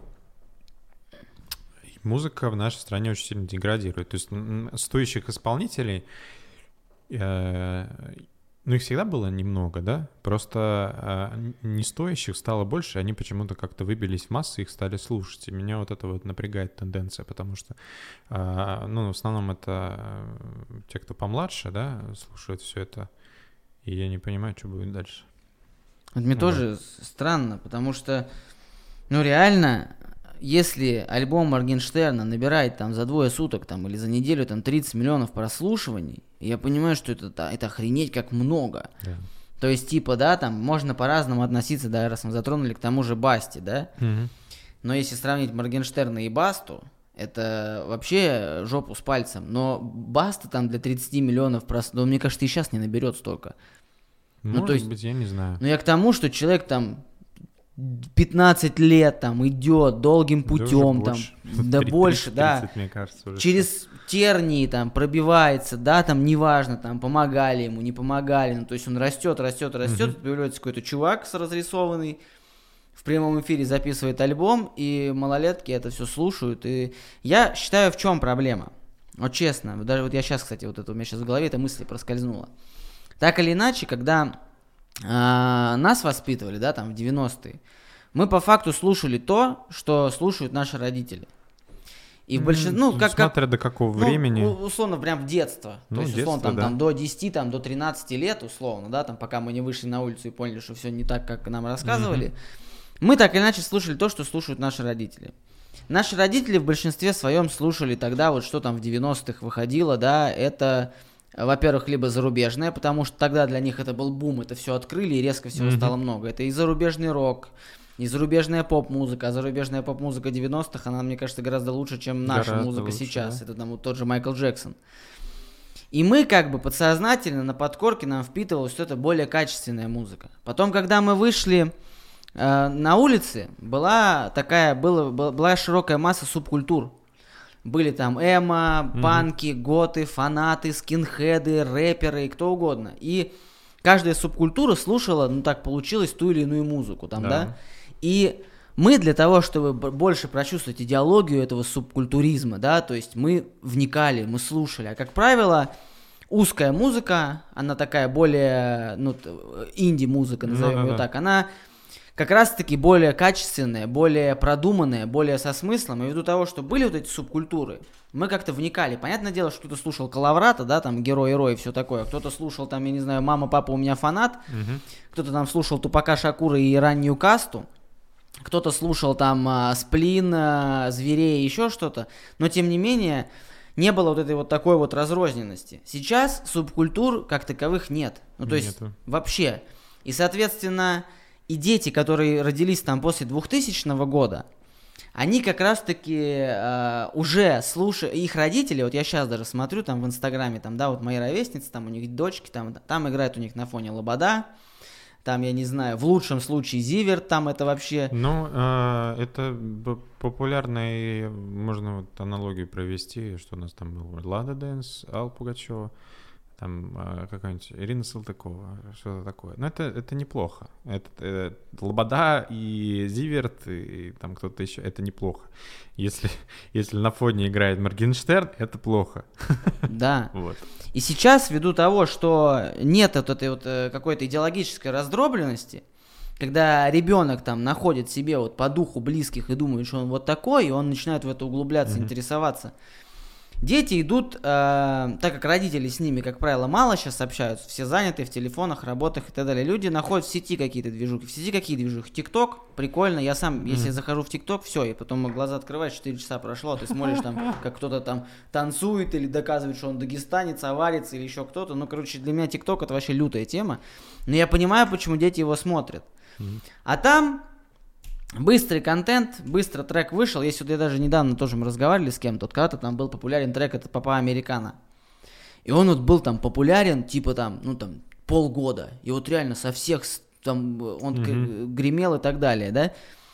музыка в нашей стране очень сильно деградирует. То есть стоящих исполнителей, э, Ну, их всегда было немного, да? Просто э, не стоящих стало больше, они почему-то как-то выбились в массы, их стали слушать. И меня вот это вот напрягает тенденция, потому что, э, ну, в основном это э, те, кто помладше, да, слушают все это. И я не понимаю, что будет дальше. Вот мне ну, тоже да. странно, потому что, ну, реально, если альбом Моргенштерна набирает там за двое суток там, или за неделю там тридцать миллионов прослушиваний, я понимаю, что это, это охренеть как много. Да. То есть, типа, да, там можно по-разному относиться, да, раз мы затронули к тому же Басте, да. Угу. Но если сравнить Моргенштерна и Басту, это вообще жопу с пальцем. Но Баста там для тридцати миллионов прослушиваний, ну, мне кажется, и сейчас не наберет столько. Может ну, то есть, быть, я не знаю. Ну, я к тому, что человек там пятнадцать лет там идет долгим путем, да там, да больше, да, мне кажется, уже через что. тернии там пробивается, да, там неважно, там помогали ему, не помогали, ну, то есть он растет, растет, растет, uh-huh. появляется какой-то чувак с разрисованный, в прямом эфире записывает альбом, и малолетки это все слушают, и я считаю, в чем проблема, вот честно, даже вот я сейчас, кстати, вот это у меня сейчас в голове эта мысль проскользнула, так или иначе, когда а, нас воспитывали, да, там в девяностые, мы по факту слушали то, что слушают наши родители. И в большинстве, ну, как, смотря как, до какого ну, времени. условно, прям в детство. Ну, то есть, детство, условно, там, да. там до десяти, там, до тринадцати лет, условно, да, там, пока мы не вышли на улицу и поняли, что все не так, как нам рассказывали, mm-hmm. мы так или иначе слушали то, что слушают наши родители. Наши родители в большинстве своем слушали тогда, вот что там в девяностых выходило, да, это, во-первых, либо зарубежное, потому что тогда для них это был бум, это все открыли и резко всего mm-hmm. стало много. Это и зарубежный рок, и зарубежная поп-музыка, а зарубежная поп-музыка девяностых, она, мне кажется, гораздо лучше, чем наша гораздо музыка лучше, сейчас. да? Это там вот тот же Майкл Джексон. И мы как бы подсознательно на подкорке нам впитывалось, что это более качественная музыка. Потом, когда мы вышли э, на улицы, была такая, было, была широкая масса субкультур. Были там эмо, mm-hmm. панки, готы, фанаты, скинхеды, рэперы и кто угодно. И каждая субкультура слушала, ну так получилось, ту или иную музыку там, да? да? И мы для того, чтобы больше прочувствовать идеологию этого субкультуризма, да, то есть мы вникали, мы слушали. А как правило, узкая музыка, она такая более, ну, инди-музыка, назовем ну, ее да, так, да. она как раз-таки более качественная, более продуманная, более со смыслом. И ввиду того, что были вот эти субкультуры, мы как-то вникали. Понятное дело, что кто-то слушал Калаврата, да, там, Герой-Рой и все такое. Кто-то слушал там, я не знаю, Мама, папа, у меня фанат. Угу. Кто-то там слушал Тупака Шакура и раннюю касту. Кто-то слушал там а, Сплин, а, Зверей и еще что-то, но тем не менее не было вот этой вот такой вот разрозненности. Сейчас субкультур как таковых нет, ну то есть Нету. вообще. И соответственно и дети, которые родились там после двухтысячного года, они как раз-таки э, уже слушают, их родители, вот я сейчас даже смотрю там в Инстаграме, там, да, вот мои ровесницы, там у них дочки, там, там играет у них на фоне Лобода. Там, я не знаю, в лучшем случае Зиверт, там это вообще... Ну, э, это популярный, можно вот аналогию провести, что у нас там был Лада Дэнс, Алла Пугачева, там э, какая-нибудь Ирина Салтыкова, что-то такое. Но это, это неплохо. Это, это, Лобода и Зиверт, и, и там кто-то еще, это неплохо. Если, если на фоне играет Моргенштерн, это плохо. Да. Вот. И сейчас, ввиду того, что нет вот этой вот какой-то идеологической раздробленности, когда ребенок там находит себе вот по духу близких и думает, что он вот такой, и он начинает в это углубляться, mm-hmm. интересоваться. Дети идут, э, так как родители с ними, как правило, мало сейчас общаются, все заняты в телефонах, работах и так далее. Люди находят в сети какие-то движухи. В сети какие движухи? ТикТок, прикольно. Я сам, mm-hmm. если захожу в ТикТок, все, и потом глаза открываешь, четыре часа прошло, а ты смотришь там, как кто-то там танцует или доказывает, что он дагестанец, аварец или еще кто-то. Ну, короче, для меня ТикТок это вообще лютая тема. Но я понимаю, почему дети его смотрят. Mm-hmm. А там... Быстрый контент, быстро трек вышел. Если вот я даже недавно тоже мы разговаривали с кем-то, вот когда-то там был популярен трек, это Папа Американо. И он вот был там популярен, типа там, ну там, полгода. И вот реально со всех там он mm-hmm. гремел и так далее, да.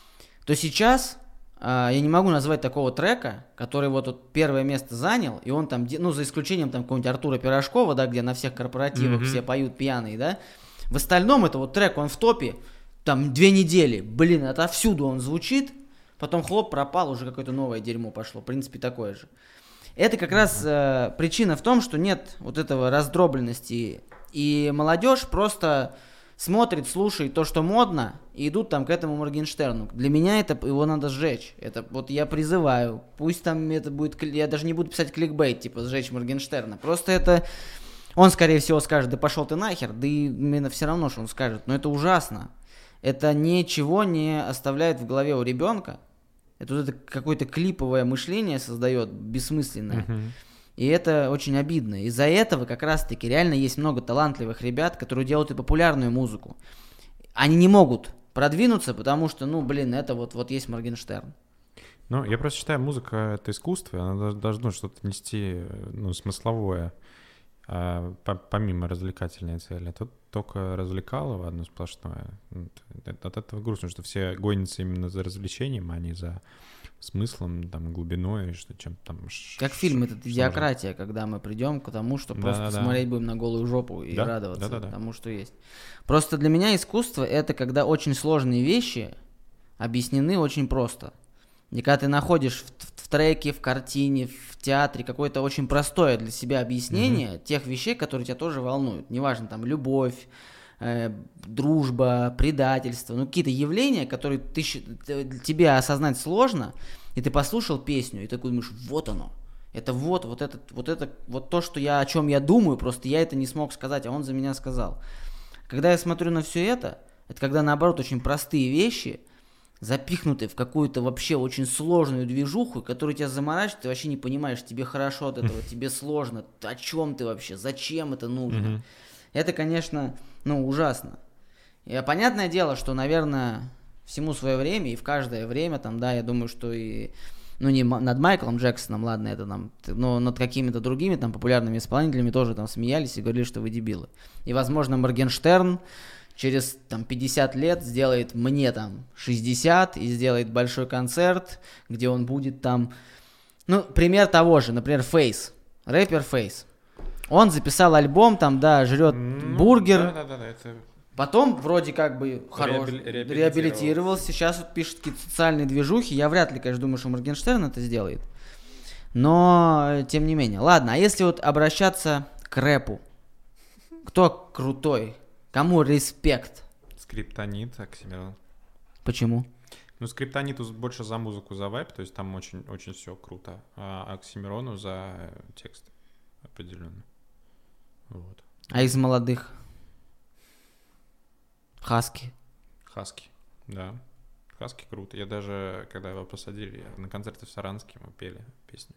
То сейчас а, я не могу назвать такого трека, который вот, вот первое место занял, и он там, ну за исключением там какого-нибудь Артура Пирожкова, да, где на всех корпоративах mm-hmm. все поют пьяные, да. В остальном это вот трек, он в топе. Там две недели, блин, отовсюду он звучит, потом хлоп, пропал, уже какое-то новое дерьмо пошло, в принципе, такое же. Это как раз э, причина в том, что нет вот этого раздробленности И молодежь просто смотрит, слушает то, что модно, и идут там к этому Моргенштерну. Для меня это его надо сжечь. Это вот я призываю. Пусть там это будет... Я даже не буду писать кликбейт, типа сжечь Моргенштерна. Просто это... Он, скорее всего, скажет, да пошел ты нахер, да и именно все равно, что он скажет. Но это ужасно. Это ничего не оставляет в голове у ребенка. Это вот это какое-то клиповое мышление создает, бессмысленное. Uh-huh. И это очень обидно. Из-за этого как раз-таки реально есть много талантливых ребят, которые делают и популярную музыку. Они не могут продвинуться, потому что, ну, блин, это вот, вот есть Моргенштерн. Ну, я просто считаю, музыка — это искусство, она должна что-то нести, ну, смысловое, а, помимо развлекательной цели. Тут только развлекалово одно сплошное. От этого грустно, что все гонятся именно за развлечением, а не за смыслом, там, глубиной, что чем там... Как ш- фильм этот «Идиократия», когда мы придем к тому, что просто да, да, смотреть да. будем на голую жопу и да? радоваться да, да, да. тому, что есть. Просто для меня искусство — это когда очень сложные вещи объяснены очень просто. И когда ты находишь в, в треке, в картине, в театре какое-то очень простое для себя объяснение mm-hmm. тех вещей, которые тебя тоже волнуют. Неважно, там, любовь, э, дружба, предательство, ну, какие-то явления, которые ты, тебе осознать сложно, и ты послушал песню, и такой думаешь, вот оно. Это вот, вот это, вот это, вот то, что я, о чем я думаю, просто я это не смог сказать, а он за меня сказал. Когда я смотрю на все это, это когда, наоборот, очень простые вещи запихнуты в какую-то вообще очень сложную движуху, которую тебя заморачивает, ты вообще не понимаешь, тебе хорошо от этого, тебе сложно, о чем ты вообще, зачем это нужно. Mm-hmm. Это, конечно, ну, ужасно. И понятное дело, что, наверное, всему свое время, и в каждое время, там, да, я думаю, что и, ну, не над Майклом Джексоном, ладно, это там, но над какими-то другими там популярными исполнителями тоже там смеялись и говорили, что вы дебилы. И, возможно, Моргенштерн через там пятьдесят лет сделает мне там шестьдесят и сделает большой концерт, где он будет там... Ну, пример того же, например, Фейс, рэпер Фейс. Он записал альбом, там, да, жрет ну, бургер. Да, да, да, да, это... Потом вроде как бы хорош, реабили- реабилитировался. Сейчас вот пишет какие-то социальные движухи. Я вряд ли, конечно, думаю, что Моргенштерн это сделает. Но, тем не менее. Ладно, а если вот обращаться к рэпу? Кто крутой? Кому респект? Скриптонит, Оксимирон. Почему? Ну, Скриптониту больше за музыку, за вайб, то есть там очень, очень все круто. А Оксимирону за текст определенно. Вот. А из молодых? Хаски. Хаски, да. Хаски круто. Я даже, когда его посадили, на концерте в Саранске мы пели песню.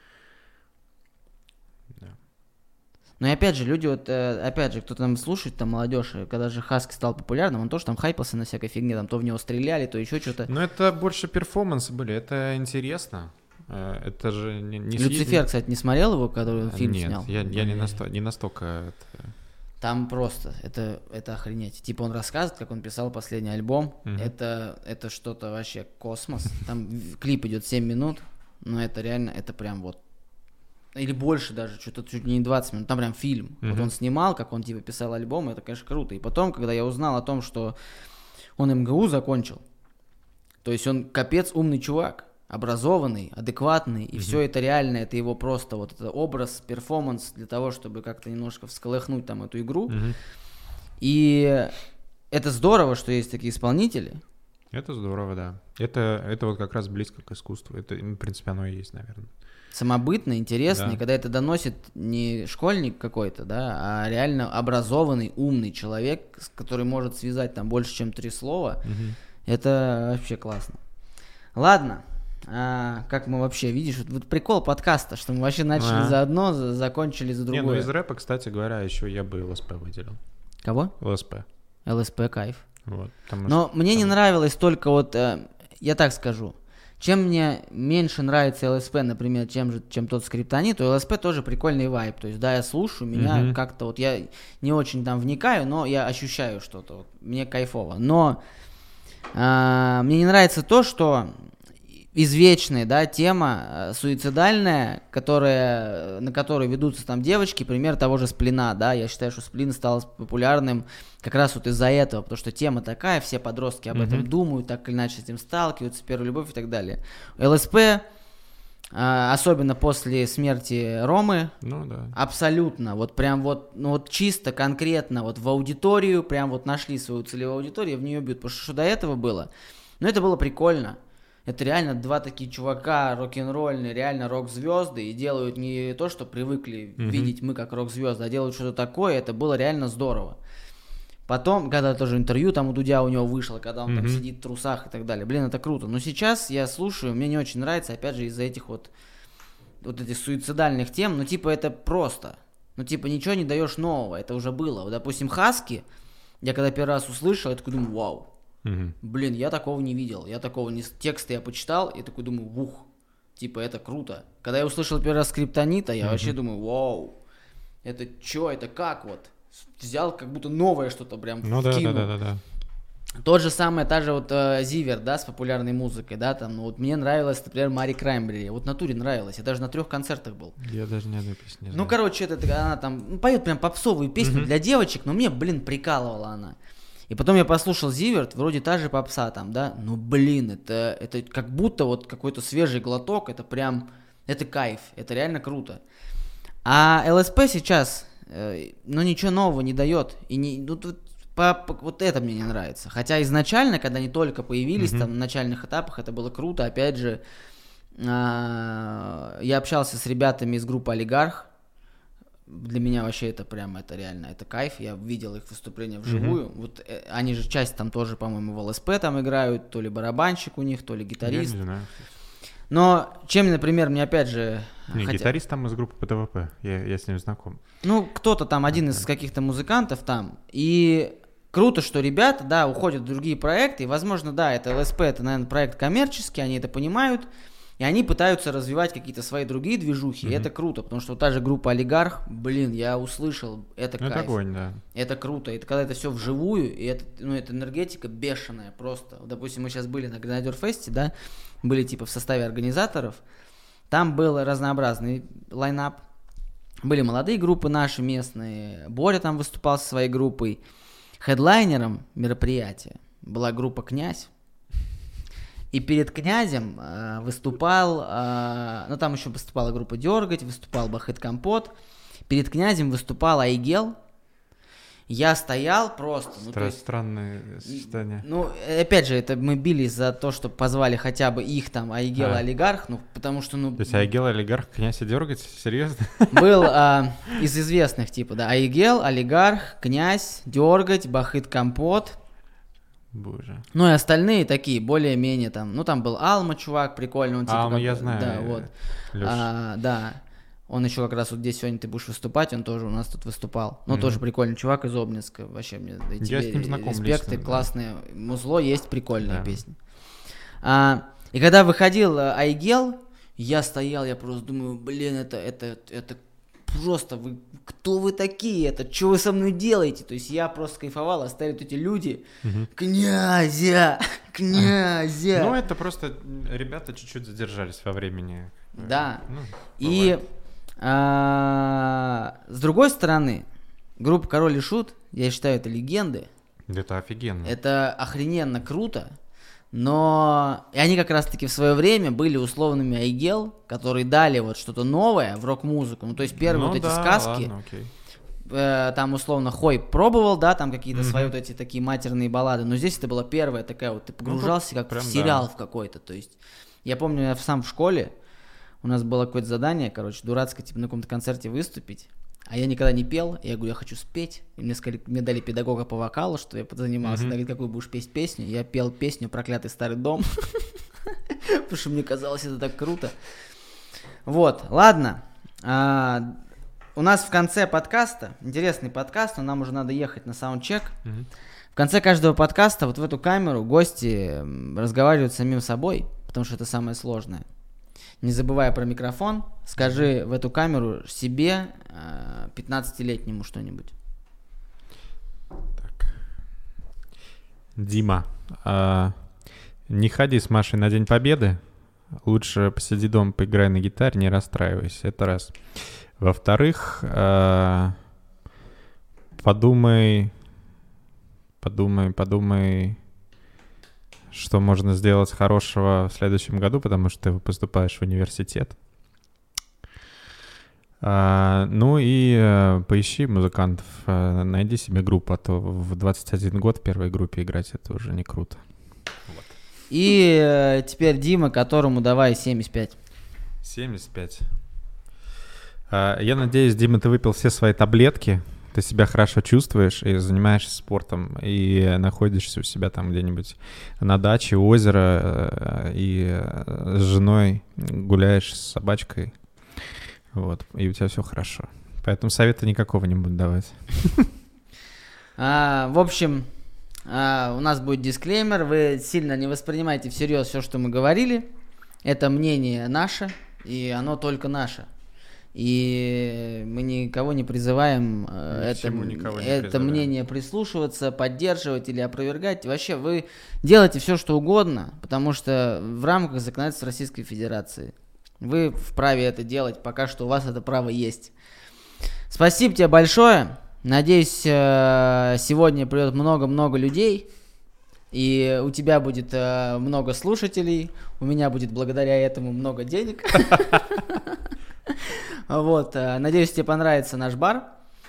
Да. Ну и опять же, люди вот, э, опять же, кто там слушает, там молодежь, когда же Хаски стал популярным, он тоже там хайпался на всякой фигне, там то в него стреляли, то еще что-то. Но это больше перформансы были, это интересно. Это же не... не Люцифер, не... кстати, не смотрел его, который фильм Нет, снял? Нет, я, я не, насто... не настолько... Это... Там просто, это, это охренеть. Типа он рассказывает, как он писал последний альбом, uh-huh. это, это что-то вообще космос. Там клип идет семь минут, но это реально, это прям вот или больше даже, что-то чуть не двадцать минут, там прям фильм. Mm-hmm. Вот он снимал, как он типа писал альбом, это, конечно, круто. И потом, когда я узнал о том, что он эм гэ у закончил, то есть он капец умный чувак, образованный, адекватный, и mm-hmm. все это реально, это его просто вот это образ, перформанс для того, чтобы как-то немножко всколыхнуть там эту игру. Mm-hmm. И это здорово, что есть такие исполнители. Это здорово, да. Это, это вот как раз близко к искусству. Это, в принципе, оно и есть, наверное. Самобытно, интересно, да. Когда это доносит не школьник какой-то, да, а реально образованный, умный человек, который может связать там больше, чем три слова, угу. Это вообще классно. Ладно, а, как мы вообще, видишь, вот, вот прикол подкаста, что мы вообще начали а. за одно, за, закончили за другое. Не, ну из рэпа, кстати говоря, еще я бы эл эс пэ выделил. Кого? эл эс пэ. эл эс пэ, кайф. Вот, но что, мне там... не нравилось только вот, э, я так скажу, чем мне меньше нравится эл эс пэ, например, чем, же, чем тот Скриптонит, то эл эс пэ тоже прикольный вайб. То есть, да, я слушаю, меня mm-hmm. как-то вот, я не очень там вникаю, но я ощущаю что-то, вот, мне кайфово. Но э, мне не нравится то, что извечная, да, тема э, суицидальная, которая, на которой ведутся там девочки, пример того же Сплина, да, я считаю, что Сплин стал популярным как раз вот из-за этого, потому что тема такая, все подростки об mm-hmm. этом думают, так или иначе с этим сталкиваются, первая любовь и так далее. эл эс пэ А, особенно после смерти Ромы. Ну да. Абсолютно. Вот прям вот, ну вот чисто конкретно вот в аудиторию, прям вот нашли свою целевую аудиторию, в нее бьют. Потому что что до этого было? Ну это было прикольно. Это реально два такие чувака рок-н-ролльные, реально рок-звезды, и делают не то, что привыкли mm-hmm. видеть мы как рок-звезды, а делают что-то такое, это было реально здорово. Потом, когда тоже интервью там у Дудя у него вышло, когда он mm-hmm. там сидит в трусах и так далее, блин, это круто. Но сейчас я слушаю, мне не очень нравится, опять же, из-за этих вот, вот этих суицидальных тем, ну типа это просто, ну типа ничего не даешь нового, это уже было. Вот, допустим, Хаски, я когда первый раз услышал, я такой думаю, вау. Mm-hmm. Блин, я такого не видел, я такого не... Тексты я почитал, и такой думаю, ух, типа это круто. Когда я услышал первый раз Скриптонита, я mm-hmm. вообще думаю, вау, это чё, это как вот? Взял как будто новое что-то прям ну, вкинул. Да, да, да, да, да. Тот же самый, та же вот э, Зиверт, да, с популярной музыкой, да, там, ну вот мне нравилось, например, Мари Краймбрери, вот в натуре нравилось, я даже на трех концертах был. Я даже ни одной песни не знаю. Ну, короче, это, она там ну, поет прям попсовую песню mm-hmm. для девочек, но мне, блин, прикалывала она. И потом я послушал Зиверт, вроде та же попса там, да, ну блин, это, это как будто вот какой-то свежий глоток, это прям, это кайф, это реально круто. А ЛСП сейчас, э, ну ничего нового не дает, и не, ну, тут, по, по, вот это мне не нравится. Хотя изначально, когда они только появились, mm-hmm. там на начальных этапах, это было круто, опять же, э, я общался с ребятами из группы «Олигарх». Для меня вообще это прям, это реально, это кайф. Я видел их выступления вживую. Mm-hmm. Вот э, они же часть там тоже, по-моему, в ЛСП там играют, то ли барабанщик у них, то ли гитарист. Я не знаю. Но чем, например, мне опять же... Не, хотя... гитарист там из группы ПТВП, я, я с ним знаком. Ну, кто-то там, один из каких-то музыкантов там. И круто, что ребята, да, уходят в другие проекты. И, возможно, да, это ЛСП, это, наверное, проект коммерческий, они это понимают. И они пытаются развивать какие-то свои другие движухи, mm-hmm. и это круто, потому что вот та же группа «Олигарх», блин, я услышал, это кайф. Это огонь, да. Это круто, и когда это все вживую, и это, ну, это энергетика бешеная просто. Допустим, мы сейчас были на Гренадер-фесте, да, были типа в составе организаторов, там был разнообразный лайнап, были молодые группы наши местные, Боря там выступал со своей группой, хедлайнером мероприятия была группа «Князь». И перед «Князем» э, выступал, э, ну там еще выступала группа «Дергать», выступал Бахыт Компот. Перед «Князем» выступал Айгел. Я стоял просто... Ну, Стра- есть, странное сочетание. Ну, опять же, это мы бились за то, что позвали хотя бы их там, Айгел а. и Олигарх, ну, потому что, ну... То есть Айгел, Олигарх, Князь и Дергать? Серьезно? Был э, из известных, типа, да, Айгел, Олигарх, Князь, Дергать, Бахыт Компот... Боже. Ну и остальные такие, более-менее там, ну там был Алма, чувак, прикольный. Он, типа, Алма, как, я знаю. Да, вот. А, да, он еще как раз вот здесь сегодня ты будешь выступать, он тоже у нас тут выступал. Ну mm-hmm. тоже прикольный чувак из Обнинска, вообще мне, да, я с ним знаком респект, лично, классное да. музло, есть прикольные да. песни. А, и когда выходил Айгел, я стоял, я просто думаю, блин, это, это, это просто, вы, кто вы такие, это, что вы со мной делаете? То есть я просто кайфовал, оставили вот эти люди, угу. князя, князя. Ну, это просто ребята чуть-чуть задержались во времени. Да, ну, и а, с другой стороны, группа «Король и Шут», я считаю, это легенды. Это офигенно. Это охрененно круто. Но и они как раз-таки в свое время были условными Айгел, которые дали вот что-то новое в рок-музыку. Ну, то есть первые ну, вот эти да, сказки, ладно, э, там условно Хой пробовал, да, там какие-то mm-hmm. свои вот эти такие матерные баллады, но здесь это была первая такая вот, ты погружался ну, как прям, в сериал да. в какой-то. То есть я помню, я сам в школе, у нас было какое-то задание, короче, дурацкое, типа на каком-то концерте выступить. А я никогда не пел, я говорю, я хочу спеть. И мне сказали, мне дали педагога по вокалу, что я подзанимался. Mm-hmm. Она говорит, какую будешь петь песню? Я пел песню «Проклятый старый дом». Потому что мне казалось, это так круто. Вот, ладно. У нас в конце подкаста, интересный подкаст, но нам уже надо ехать на саундчек. В конце каждого подкаста вот в эту камеру гости разговаривают с самим собой, потому что это самое сложное. Не забывая про микрофон, скажи в эту камеру себе, пятнадцатилетнему что-нибудь. Так. Дима, а, не ходи с Машей на День Победы. Лучше посиди дома, поиграй на гитаре, не расстраивайся. Это раз. Во-вторых, а, подумай, подумай, подумай, что можно сделать хорошего в следующем году, потому что ты поступаешь в университет. А, ну и а, поищи музыкантов, а, найди себе группу, а то в двадцать один год в первой группе играть это уже не круто. Вот. И э, теперь Дима, которому давай семьдесят пять. семьдесят пять. А, я надеюсь, Дима, ты выпил все свои таблетки, ты себя хорошо чувствуешь и занимаешься спортом, и находишься у себя там где-нибудь на даче, у озера, и с женой гуляешь с собачкой, вот, и у тебя все хорошо. Поэтому совета никакого не буду давать. А, в общем, а, у нас будет дисклеймер, вы сильно не воспринимайте всерьез все, что мы говорили, это мнение наше, и оно только наше. И мы никого не призываем э, это, никого не это призываем. мнение прислушиваться, поддерживать или опровергать. Вообще вы делайте все, что угодно, потому что в рамках законодательства Российской Федерации вы вправе это делать, пока что у вас это право есть. Спасибо тебе большое. Надеюсь, э, сегодня придет много-много людей, и у тебя будет э, много слушателей, у меня будет благодаря этому много денег. Вот, надеюсь, тебе понравится наш бар.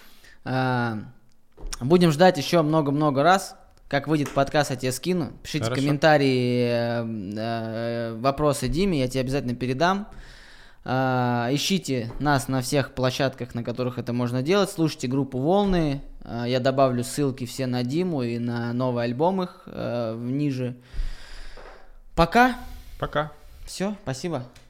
Будем ждать еще много-много раз. Как выйдет подкаст, я тебе скину. Пишите Хорошо. комментарии, вопросы Диме, я тебе обязательно передам. Ищите нас на всех площадках, на которых это можно делать. Слушайте группу «Волны». Я добавлю ссылки все на Диму и на новый альбом их ниже. Пока. Пока. Все, спасибо.